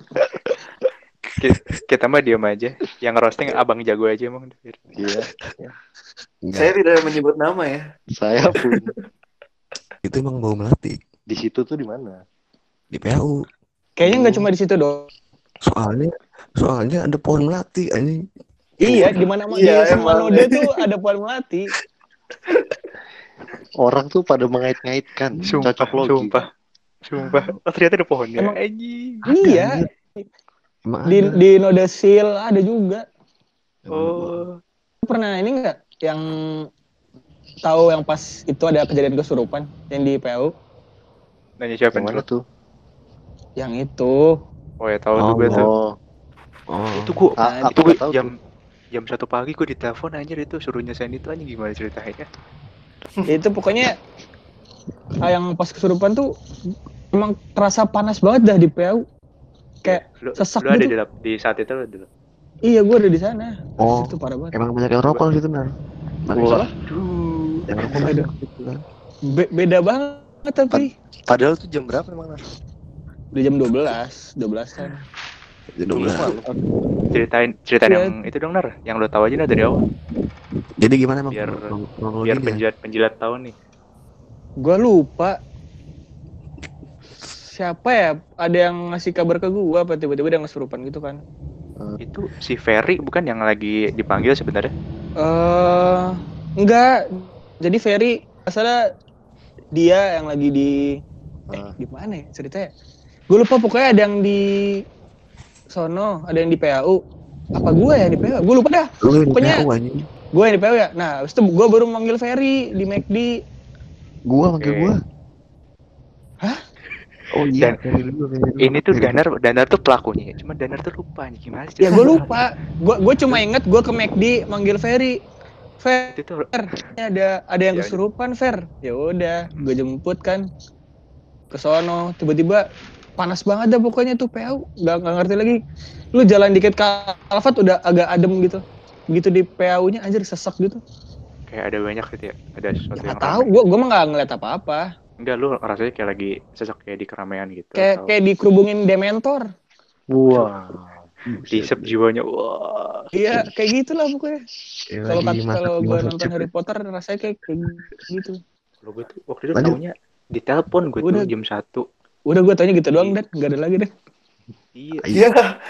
Kita mah diam aja. Yang roasting abang jago aja emang. Iya. Enggak, Saya tidak menyebut nama ya. Saya pun itu emang bau melati di situ tuh di mana? di P H U. Kayaknya nggak cuma di situ dong. Soalnya soalnya ada pohon melati anjing. Iya, di mana mana Iya, di semua emang. node tuh ada pohon melati. Orang tuh pada mengait-ngaitkan, Sumpah, cocok logi. sumpah. Sumpah. Oh, ternyata ada pohonnya. Emang- Anjing. Iya, Emang di ada. di node sil ada juga. Oh. Lu pernah ini nggak yang tahu yang pas itu ada kejadian kesurupan yang di P H U? Nanya siapa Yang mana nih? tuh? Yang itu. Oh ya tahu Oh, tuh gue tuh. Oh, Oh, Itu gue a- itu aku gue nggak tahu jam tuh. jam satu pagi gue ditelepon anjir itu suruh nyesain itu anjing gimana ceritanya? Ya itu pokoknya ah, yang pas kesurupan tuh emang terasa panas banget dah di P H U. Kayak lu, sesak lu ada gitu. di, lap- di saat itu lu dulu. Iya, gue ada di sana. Oh. Itu parah banget. emang banyak yang rokok di situ nar. Banyak Wah. Duh. yang rokok Aduh. banyak gitu kan. Be- beda banget tapi. Padahal tuh jam berapa emang? Nar? Udah jam dua belas, dua belasan. Jadi udah. Ceritain ceritain Iya. yang itu dong Nar, yang lu tahu aja Nar dari awal. Jadi gimana emang Biar- kron- Biar kronologinya? penjilat penjilat tahu nih. Gua lupa. Siapa ya? Ada yang ngasih kabar ke gua apa tiba-tiba dia ngesurupan gitu kan. Itu si Ferry bukan yang lagi dipanggil sebenarnya? Eh, enggak. Jadi Ferry masalah dia yang lagi di eh Ah. di mana ya ceritanya? Gue lupa pokoknya ada yang di sono, ada yang di P H U. Apa gua ya di P H U? Gue lupa dah. Lu yang Pokoknya- P H U anjing. Gue yang di P H U ya. Nah, habis itu gue baru manggil Ferry di McD. Gua manggil Oke. gua. Hah? Oh iya. Dan- Ferry dulu, Ferry dulu. Ini tuh Ferry Danar Danar tuh pelakunya. Cuma Danar tuh lupa nih gimana sih? Ya gue lupa. Gue gue cuma inget gue ke McD manggil Ferry. Fer, Itu tuh ada ada yang Ya, kesurupan Fer. Ya udah, gue jemput kan ke sono. Tiba-tiba panas banget dah pokoknya tuh P H U. Gak, gak ngerti lagi. Lu jalan dikit ke Alfat udah agak adem gitu. Begitu di P H U-nya anjir sesak gitu. kayak ada banyak gitu ya. Ada sesuatu Ya yang nggak tahu. ramai. Gue gue mah nggak ngeliat apa-apa. Enggak, lu rasanya kayak lagi sesak kayak di keramaian gitu. Kayak atau kayak dikerubungin Dementor. Wah. diisep jiwanya. Wah. Iya, kayak gitulah pokoknya. Ya, Kalau lagi kat- masak- kalau gue masak nonton chip. Harry Potter rasanya kayak kayak gitu. Kalau gue tuh waktu itu Lanjut. taunya di telepon gue tuh Udah. jam satu. Udah gue tanya gitu doang dan nggak ada lagi deh. Iya. Iya.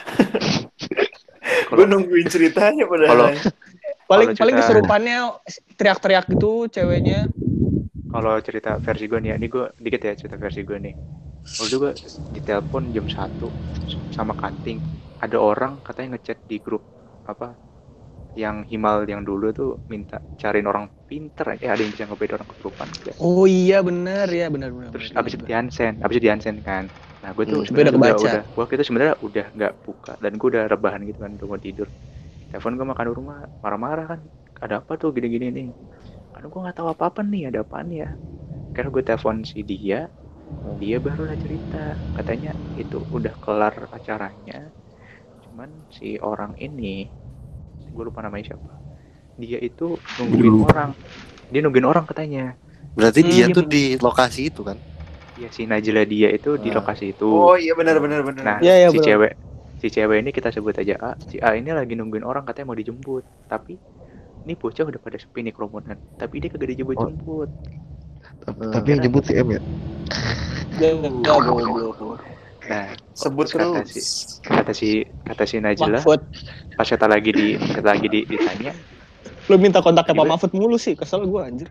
Gue Kalau nungguin ceritanya padahal. Kalau- Paling Kalau paling cerita- kesurupannya teriak-teriak gitu ceweknya. kalau cerita versi gue nih ya, ini gue dikit ya cerita versi gue nih. Waktu itu gue ditelepon jam satu sama Kanting. Ada orang katanya ngechat di grup apa yang Himal yang dulu tuh minta cariin orang pinter, eh ada yang bisa ngebeda orang kesurupan. Oh iya benar ya benar benar. Terus benar, abis itu benar. di unsend, abis itu di unsend kan. Nah gue tuh Hmm, sebenarnya tapi udah udah, kebaca. udah, waktu itu sebenarnya udah nggak buka dan gue udah rebahan gitu kan, udah mau tidur. Telepon gue makan di rumah, marah-marah kan. Ada apa tuh gini-gini nih? Karena gue nggak tahu apa-apa nih, ada apaan ya? Karena gue telepon si dia, dia baru lah cerita. Katanya itu udah kelar acaranya. Cuman si orang ini, gue lupa namanya siapa. Dia itu nungguin Lupa. orang. Dia nungguin orang katanya. Berarti Hmm, dia iya tuh bener. di lokasi itu kan? Ya si Najla dia itu di Ah. lokasi itu. Oh iya benar benar benar. Nah, Iya, iya, si benar. cewek si cewek ini kita sebut aja A. Si A ini lagi nungguin orang katanya mau dijemput. Tapi ini bocah udah pada sepi nih kerumunan. Tapi dia kagak dijemput-jemput. Tapi, tapi yang jemput si M ya. Ya, ya, goblok. Nah, Sebut kata terus. si kata si kata si Najla Mahfud, pas kita lagi di kita lagi di, ditanya, lu minta kontaknya Pak Gimana? Mahfud mulu sih, kesel gue anjir.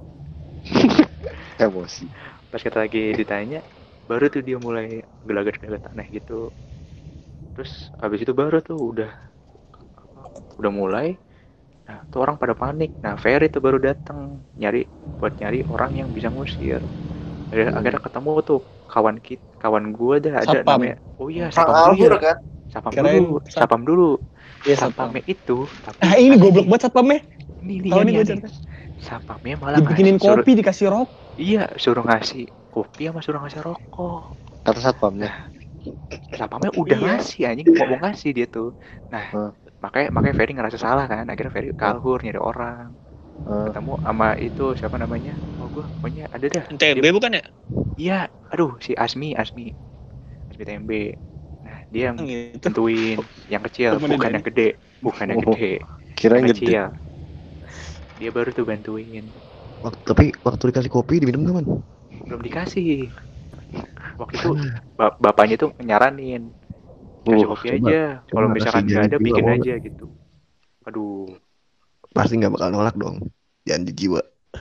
Emosi. pas kita lagi ditanya, baru tuh dia mulai gelagat-gelagat aneh gitu. Terus habis itu baru tuh udah udah mulai. Nah, tuh orang pada panik. Nah, Ferry tuh baru datang nyari buat nyari orang yang bisa ngusir. Akhirnya, Hmm. akhirnya ketemu tuh kawan kita, kawan gua dah ada Satpam. namanya. Oh iya, Kang Sapam dulu Albur ya. kan? Sapam Kirain dulu, Sat- Sapam dulu. Iya, satpam. satpamnya itu tapi Ah ini goblok banget satpamnya. ini nih Tahu ya, nih nih, gue ya, cerita. nih. Satpamnya malah Dibikinin ngasih- suruh- kopi dikasih rokok. iya suruh ngasih kopi sama suruh ngasih rokok. Kata satpamnya. Satpamnya udah Iya. ngasih anjing mau mau ngasih dia tuh. Nah Hmm. makanya makanya Ferry ngerasa salah kan, akhirnya Ferry kabur nyari orang, Eh, ketemu sama itu siapa namanya, oh gue pokoknya ada dah. T B bukan ya? Iya, aduh si Asmi, Asmi, Asmi T M B. Nah dia yang Gitu. tentuin yang kecil, Temennya bukan Dani. yang gede, bukan yang Oh, gede, kira yang yang gede. kecil. Dia baru tuh bantuin, Waktu, tapi waktu dikasih kopi diminum nggak man? belum dikasih. Waktu itu ba- bapaknya tuh nyaranin kasih Uh, kopi coba- aja, kalau coba misalkan kasih nggak ada janji bikin jiwa, mau aja gitu. Aduh, Pasti nggak bakal nolak dong. Janji jiwa.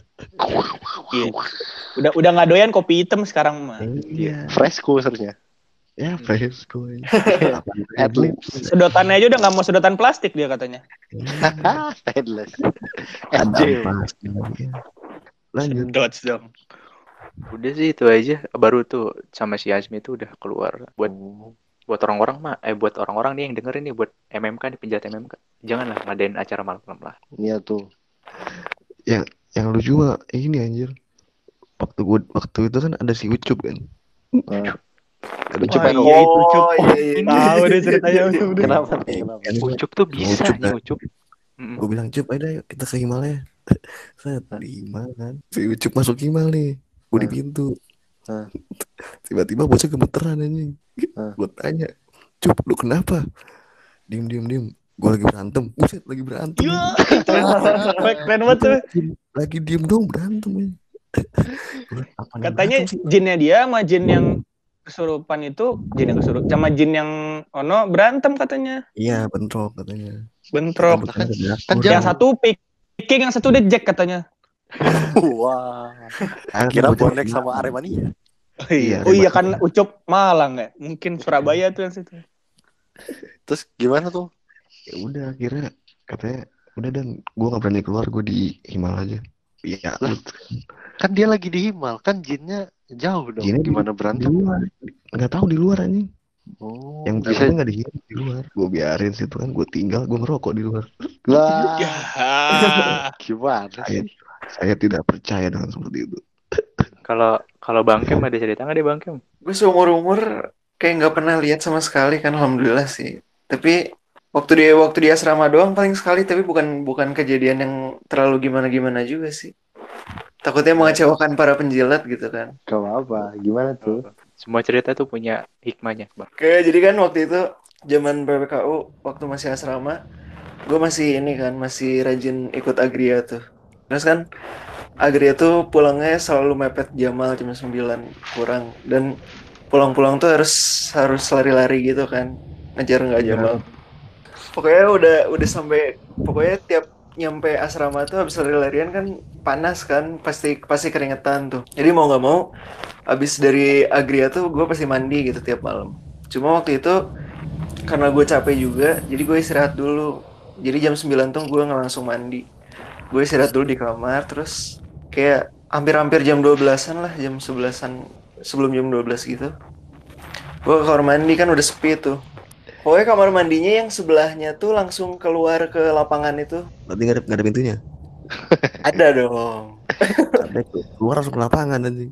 Iya. Udah udah nggak doyan kopi hitam sekarang mah. Iya. Fresco seharusnya. Ya fresco. Adlibs. Sedotannya aja udah nggak mau sedotan plastik dia katanya. Stainless. Ada S J. ampas lagi. Lanjut. Sedot dong. udah sih itu aja. Baru tuh sama si Asmi itu udah keluar buat buat orang-orang mah, eh buat orang-orang nih yang dengerin nih buat M M K nih, penjahat M M K. Janganlah ngadain acara malam-malam lah. Iya tuh. Yang yang lucu mah ini anjir. Waktu gua waktu itu kan ada si Ucup kan. Eh, Ada Wah, Ucup. iya itu Cup. Oh iya iya. Tahu deh ceritanya udah udah. Kenapa? Kenapa? Kan gua- Ucup tuh bisa Ucup, nih kan? Ucup. Mm-mm. Gue bilang Cup, ayo yuk kita ke Himalaya. Set di Himal kan. Si Ucup masuk Himal nih. Gue di Hmm. pintu. Hmm. Tiba-tiba bocah gemeteran anjing. Hmm. Gue tanya, Cup lu kenapa? Diem diem diem. Gue lagi berantem. Buset lagi berantem. Iya. Keren keren banget tuh. Diem- Lagi diem dong berantem. anjing. Gua, "Apaan yang Katanya berantem sih?" jinnya dia sama jin yang kesurupan itu, jin yang kesurupan sama jin yang ono berantem katanya. Iya bentrok katanya. Bentrok. Kan, kan Yang satu picking, yang satu dia jack katanya. Wah. Kira bonek sama Aremania. Oh iya, Iya, oh iya Ribet. kan Ucup Malang ya. Mungkin Surabaya tuh yang situ. Terus gimana tuh? Ya udah akhirnya katanya udah dan gue nggak berani keluar, gue di Himal aja. Iya. Lah, kan dia lagi di Himal, kan jinnya jauh dong. Jinnya di- Gimana Di berantem? luar. Nggak tahu di luar anjing. Oh, Yang bisa. bisa nggak di di luar. Gue biarin situ kan, gue tinggal, gue ngerokok di luar. Lah, Ya. gimana Saya, sih? saya tidak percaya dengan seperti itu. Kalau kalau Bang Kem ada cerita nggak deh Bang Kem? Gue seumur-umur kayak nggak pernah lihat sama sekali kan, alhamdulillah sih. Tapi waktu di waktu di asrama doang paling sekali, tapi bukan bukan kejadian yang terlalu gimana-gimana juga sih. Takutnya mengecewakan para penjilat gitu kan. Gak apa-apa. Gimana tuh? Semua cerita tuh punya hikmahnya, Bang. Oke, jadi kan waktu itu zaman P P K U, waktu masih asrama, gue masih ini kan, masih rajin ikut Agria tuh. Terus kan Agria tuh pulangnya selalu mepet Jamal jam sembilan kurang, dan pulang-pulang tuh harus harus lari-lari gitu kan, ngejar nggak Jamal. Pokoknya udah udah sampai, pokoknya tiap nyampe asrama tuh habis lari-larian kan panas kan, pasti pasti keringetan tuh. Jadi mau nggak mau abis dari Agria tuh gue pasti mandi gitu tiap malam. Cuma waktu itu karena gue capek juga, jadi gue istirahat dulu. Jadi jam sembilan tuh gue nggak langsung mandi. Gue istirahat dulu di kamar, terus kayak hampir-hampir jam dua belasan lah, jam sebelasan sebelum jam dua belas gitu. Gue ke kamar mandi kan udah sepi tuh. Pokoknya kamar mandinya yang sebelahnya tuh langsung keluar ke lapangan itu. Berarti nggak ada, nggak ada pintunya. Ada dong. Ada tuh. Keluar langsung ke lapangan anjing.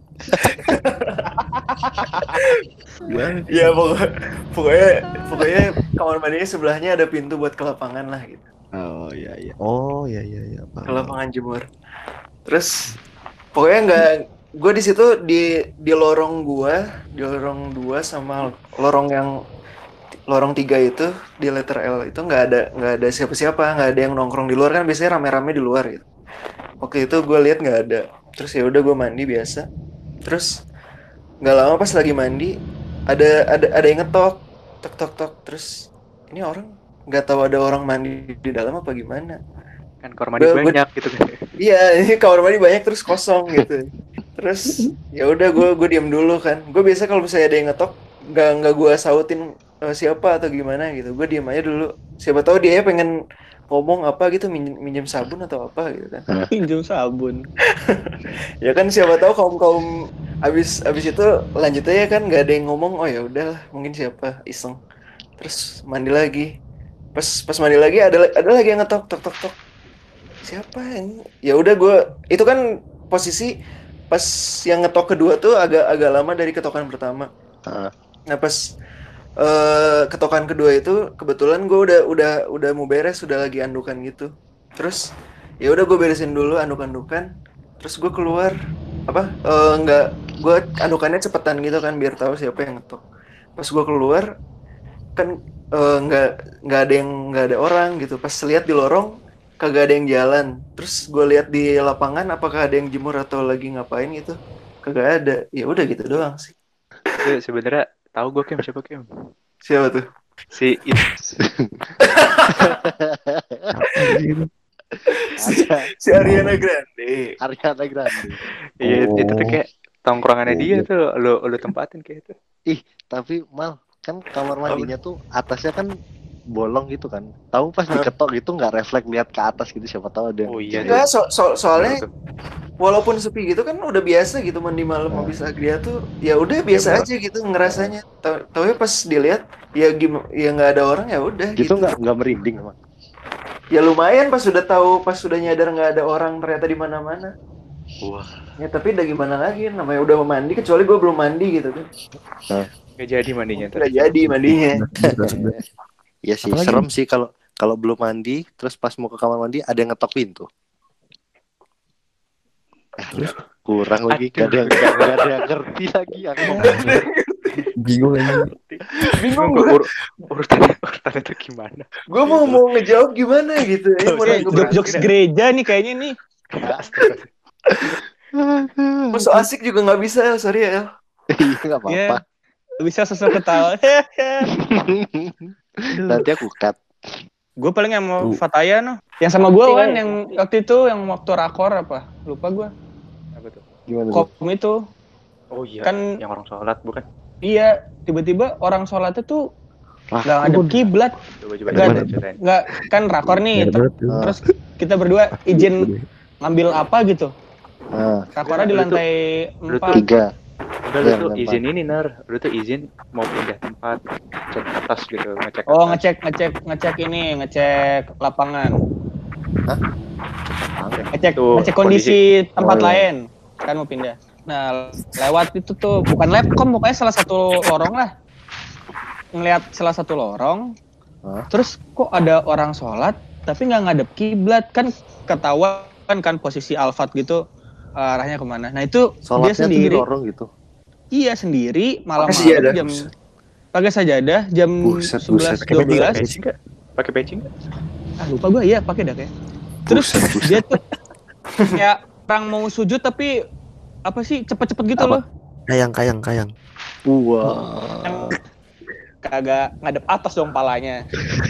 Gimana? Ya pokoknya, pokoknya pokoknya kamar mandinya sebelahnya ada pintu buat ke lapangan lah gitu. Oh iya iya. Oh iya iya iya. Ke Paham. lapangan jemur. Terus pokoknya nggak, gue di situ di di lorong gua, di lorong dua sama lorong yang lorong tiga itu di letter L itu nggak ada nggak ada siapa-siapa, nggak ada yang nongkrong di luar kan, biasanya rame-rame di luar gitu. Waktu itu gue lihat nggak ada. Terus ya udah gue mandi biasa. Terus nggak lama pas lagi mandi ada ada ada yang ngetok, tok tok tok. Terus ini orang nggak tahu ada orang mandi di dalam apa gimana. Kan kamar mandi Gua- gua- banyak gitu kan. Iya, ini kamar mandi banyak terus kosong gitu. Terus ya udah gue gue diam dulu kan. Gue biasa kalau misalnya ada yang ngetok nggak nggak gue sautin eh, siapa atau gimana gitu. Gue diam aja dulu. Siapa tahu dia pengen ngomong apa gitu, minjem, minjem sabun atau apa gitu kan. Pinjam sabun. Ya kan siapa tahu kaum kaum abis abis itu lanjut aja kan, nggak ada yang ngomong. Oh ya udahlah, mungkin siapa iseng. Terus mandi lagi. Pas pas mandi lagi ada ada lagi yang ngetok tok tok tok. Siapa ini? Ya udah gue itu kan posisi pas yang ngetok kedua tuh agak agak lama dari ketokan pertama. Ah. Nah pas uh, ketokan kedua itu kebetulan gue udah udah udah mau beres, udah lagi andukan gitu. Terus ya udah gue beresin dulu anduk-andukan. Terus gue keluar apa? Uh, enggak, gue andukannya cepetan gitu kan biar tahu siapa yang ngetok. Pas gue keluar kan uh, nggak nggak ada yang nggak ada orang gitu. Pas lihat di lorong kagak ada yang jalan. Terus gue lihat di lapangan apakah ada yang jemur atau lagi ngapain gitu. Kagak ada. Ya udah gitu doang sih. Itu sebenarnya tahu gue Kim siapa Kim? Siapa tuh? Si itu. si, si Ariana Grande. Ariana Grande. Iya, itu tuh kayak tongkrongannya Oh. dia tuh lo lo tempatin kayak itu. Ih, tapi Mal, kan kamar mandinya tuh atasnya kan bolong gitu kan. Tahu pas diketok gitu nggak refleks lihat ke atas gitu, siapa tahu ada. Oh iya. Enggak, so, so, soalnya Bener tuh. walaupun sepi gitu kan udah biasa gitu mandi malam habis Agria tuh ya udah biasa aja gitu ngerasanya. Tahu tahu pas dilihat ya gimana ya nggak ada orang ya udah Gitu gitu. nggak nggak merinding emang. Ya lumayan pas sudah tahu pas sudah nyadar nggak ada orang ternyata di mana-mana. Wah. Ya tapi udah gimana lagi namanya udah mau mandi kecuali gue belum mandi gitu kan. Gak jadi mandinya tuh. Udah jadi mandinya. Iya sih, Apalagi? serem sih kalau kalau belum mandi terus pas mau ke kamar mandi ada yang ngetok pintu. Eh, kurang lagi, gak ada yang gak, gak ada yang ngerti lagi aku. Bingung lagi. Bingung Gue gue. ur urutannya urutannya tuh gimana? Gue mau mau ngejawab gimana gitu. Ya, mau Eh, nanya jok jokes gereja nih kayaknya nih. mau so asik juga nggak bisa El, sorry ya El. Iya nggak apa-apa. Bisa sosok ketawa. Nanti aku cut. Gue paling yang mau Lu. Fataya no. Yang sama gue Iya, kan iya. yang waktu itu yang waktu rakor apa? Lupa gue. Apa tuh? Gimana tuh? Kom itu Oh iya. kan Yang orang sholat bukan? iya tiba-tiba orang sholatnya tuh Lah, nggak ada kiblat, Coba coba Nggak ceritain, ada. ceritain. nggak kan rakor nih. Biar ter- banget tuh. terus kita berdua izin ngambil apa gitu. Nah, Rakornya di Lu tuh- lantai lu tuh- empat. tiga. Udah lu Iya, tuh bener, izin ini Nar. Lu tuh izin mau pindah tempat, cek atas gitu, ngecek Oh atas. ngecek ngecek ngecek ini ngecek lapangan, ngecek Tuh, ngecek kondisi, tempat Oh, iya. lain kan mau pindah. Nah lewat itu tuh bukan labcom pokoknya salah satu lorong lah, ngelihat salah satu lorong, Hah? terus kok ada orang sholat tapi nggak ngadep kiblat kan ketahuan kan posisi alfat gitu arahnya kemana. Nah itu dia Sholatnya tuh di sendiri, lorong gitu. iya sendiri Pakai malam-malam sejadah. jam pakai sajadah jam Buset, sebelas buset. dua belas. Pakai peci nggak? Pakai peci nggak? Ah lupa gue ya pakai dah kayak. Terus Buset, buset. dia tuh kayak orang mau sujud tapi apa sih cepet-cepet gitu Apa? loh, Kayang, kayang, kayang. Wah. yang kagak ngadep atas dong palanya.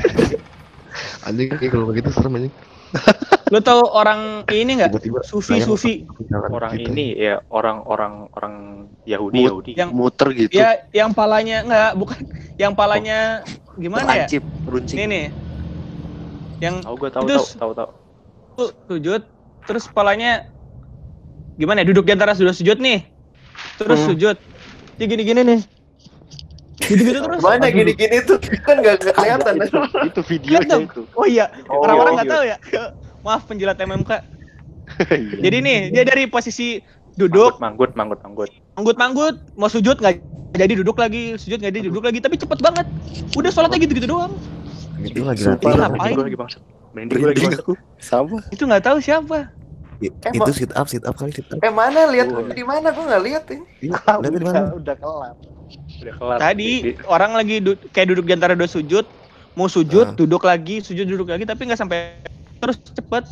Anjing kayak kalau begitu serem anjing. Lu tahu orang ini nggak? Tiba-tiba Sufi kayang sufi jalan Orang gitu. ini ya orang-orang orang Yahudi Mut- Yahudi. yang Muter gitu. ya yang palanya nggak bukan yang palanya gimana ya? Lancip, runcing. Ini nih yang Tahu gue tahu Itu tahu tahu tahu. tuh sujud terus palanya gimana ya, duduk di antara sudah sujud nih terus Hmm. sujud dia gini-gini nih gitu-gitu terus. Mana gini-gini tuh kan nggak nggak kelihatan. itu, itu videonya Lihat dong. itu. Oh iya, Oh, orang-orang nggak iya. tahu ya. Maaf penjilat M M K. Iya. Jadi nih dia dari posisi duduk, Manggut manggut manggut. manggut-manggut, mau sujud nggak jadi duduk lagi, sujud nggak jadi duduk lagi, tapi cepet banget. Udah sholatnya gitu-gitu doang. Itu lagi Sumpah. Itu latihan. ngapain? Gue lagi bangsat. Merinding gue lagi Merinding bangsat. aku. Sama. Itu nggak tahu siapa. I- Eh, Itu Mak. sit up, sit up kali sit up. Eh mana lihat Oh. di mana gue nggak lihat ini. Iya, lihat di mana? Udah, udah kelar. Udah kelar. Tadi Di- di- orang lagi du- kayak duduk di antara dua sujud, mau sujud, Ah. duduk lagi, sujud duduk lagi, tapi nggak sampai terus cepet.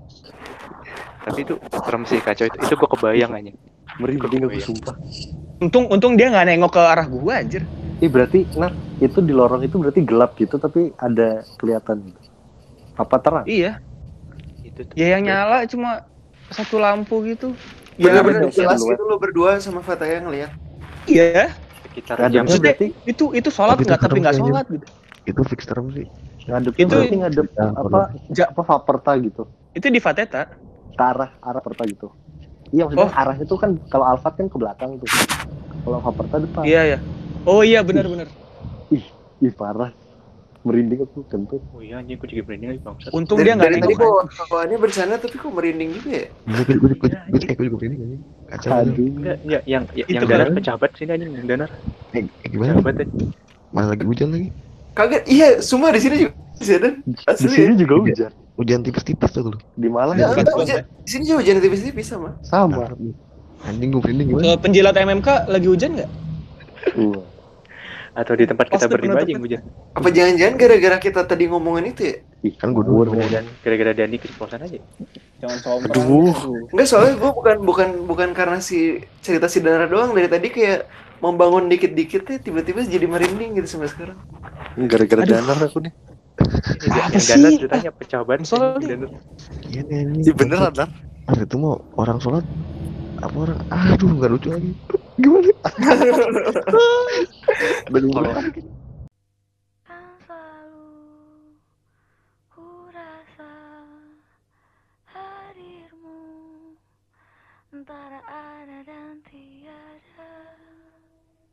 Tapi itu serem sih kacau itu. Itu gue kebayang aja. Merinding aku Iya. sumpah. Untung untung dia nggak nengok ke arah gua anjir. Ih berarti, nah itu di lorong itu berarti gelap gitu tapi ada kelihatan gitu. Apa terang? Iya. Itu tuh. Ya yang nyala cuma satu lampu gitu. Ya, Bener-bener bener, jelas siluet. gitu lo berdua sama Fataya ngelihat. Iya. Sekitar Ngadepnya jam Maksudnya berarti itu itu sholat Tapi nggak itu tapi nggak serem sih, sholat gitu. Itu fix serem sih. ngadepnya Itu- berarti ngadep Ya, apa Ja- apa Vaperta gitu. Itu di Fateta. Ke arah arah Vaperta gitu. Iya maksudnya Oh. arah itu kan kalau Alfat kan ke belakang tuh. Kalau Vaperta depan. Iya ya. Oh iya benar-benar. Ih parah. merinding aku kentut. Oh iya anjing gue juga berani lagi bangsat. Untung Dari, dia nggak dari tadi nengok. bawa bawaannya bersana tapi kok merinding juga ya? Gue gue gue gue gue eh gue juga berani kan. Kacau. Aduh. Enggak, ya, yang yang, yang Itu danar kan. pecabat sini anjing yang danar. Eh eh, gimana? Pecabat ya. Mana lagi hujan lagi? Kaget, iya, semua di sini juga hujan. Di Asli. sini Ya? juga hujan. Hujan tipis-tipis tuh lu. Di Malang Enggak, juga enggak, Hujan. hujan. Di sini juga hujan tipis-tipis sama. sama. Anjing gue merinding gimana? So, penjilat M M K lagi hujan nggak? Wah. Atau di tempat kita Poster berlima aja penutupnya. yang hujan. Apa jangan-jangan gara-gara kita tadi ngomongin itu ya? Ih, Kan gue ngawur. dulu. Dan gara-gara Dani keceplosan aja. Jangan sombong. Aduh. Enggak, soalnya gue bukan bukan bukan karena si cerita si Dara doang, dari tadi kayak membangun dikit-dikit ya tiba-tiba jadi merinding gitu sampai sekarang. Gara-gara Aduh. danar aku nih. Yang Apa danar sih? ceritanya pecabat. Soalnya- anjing, danar. Iya nih anjing. Iya beneran Dar. Ah, itu mau orang sholat apa orang aduh nggak lucu lagi gimana Bener. Orang-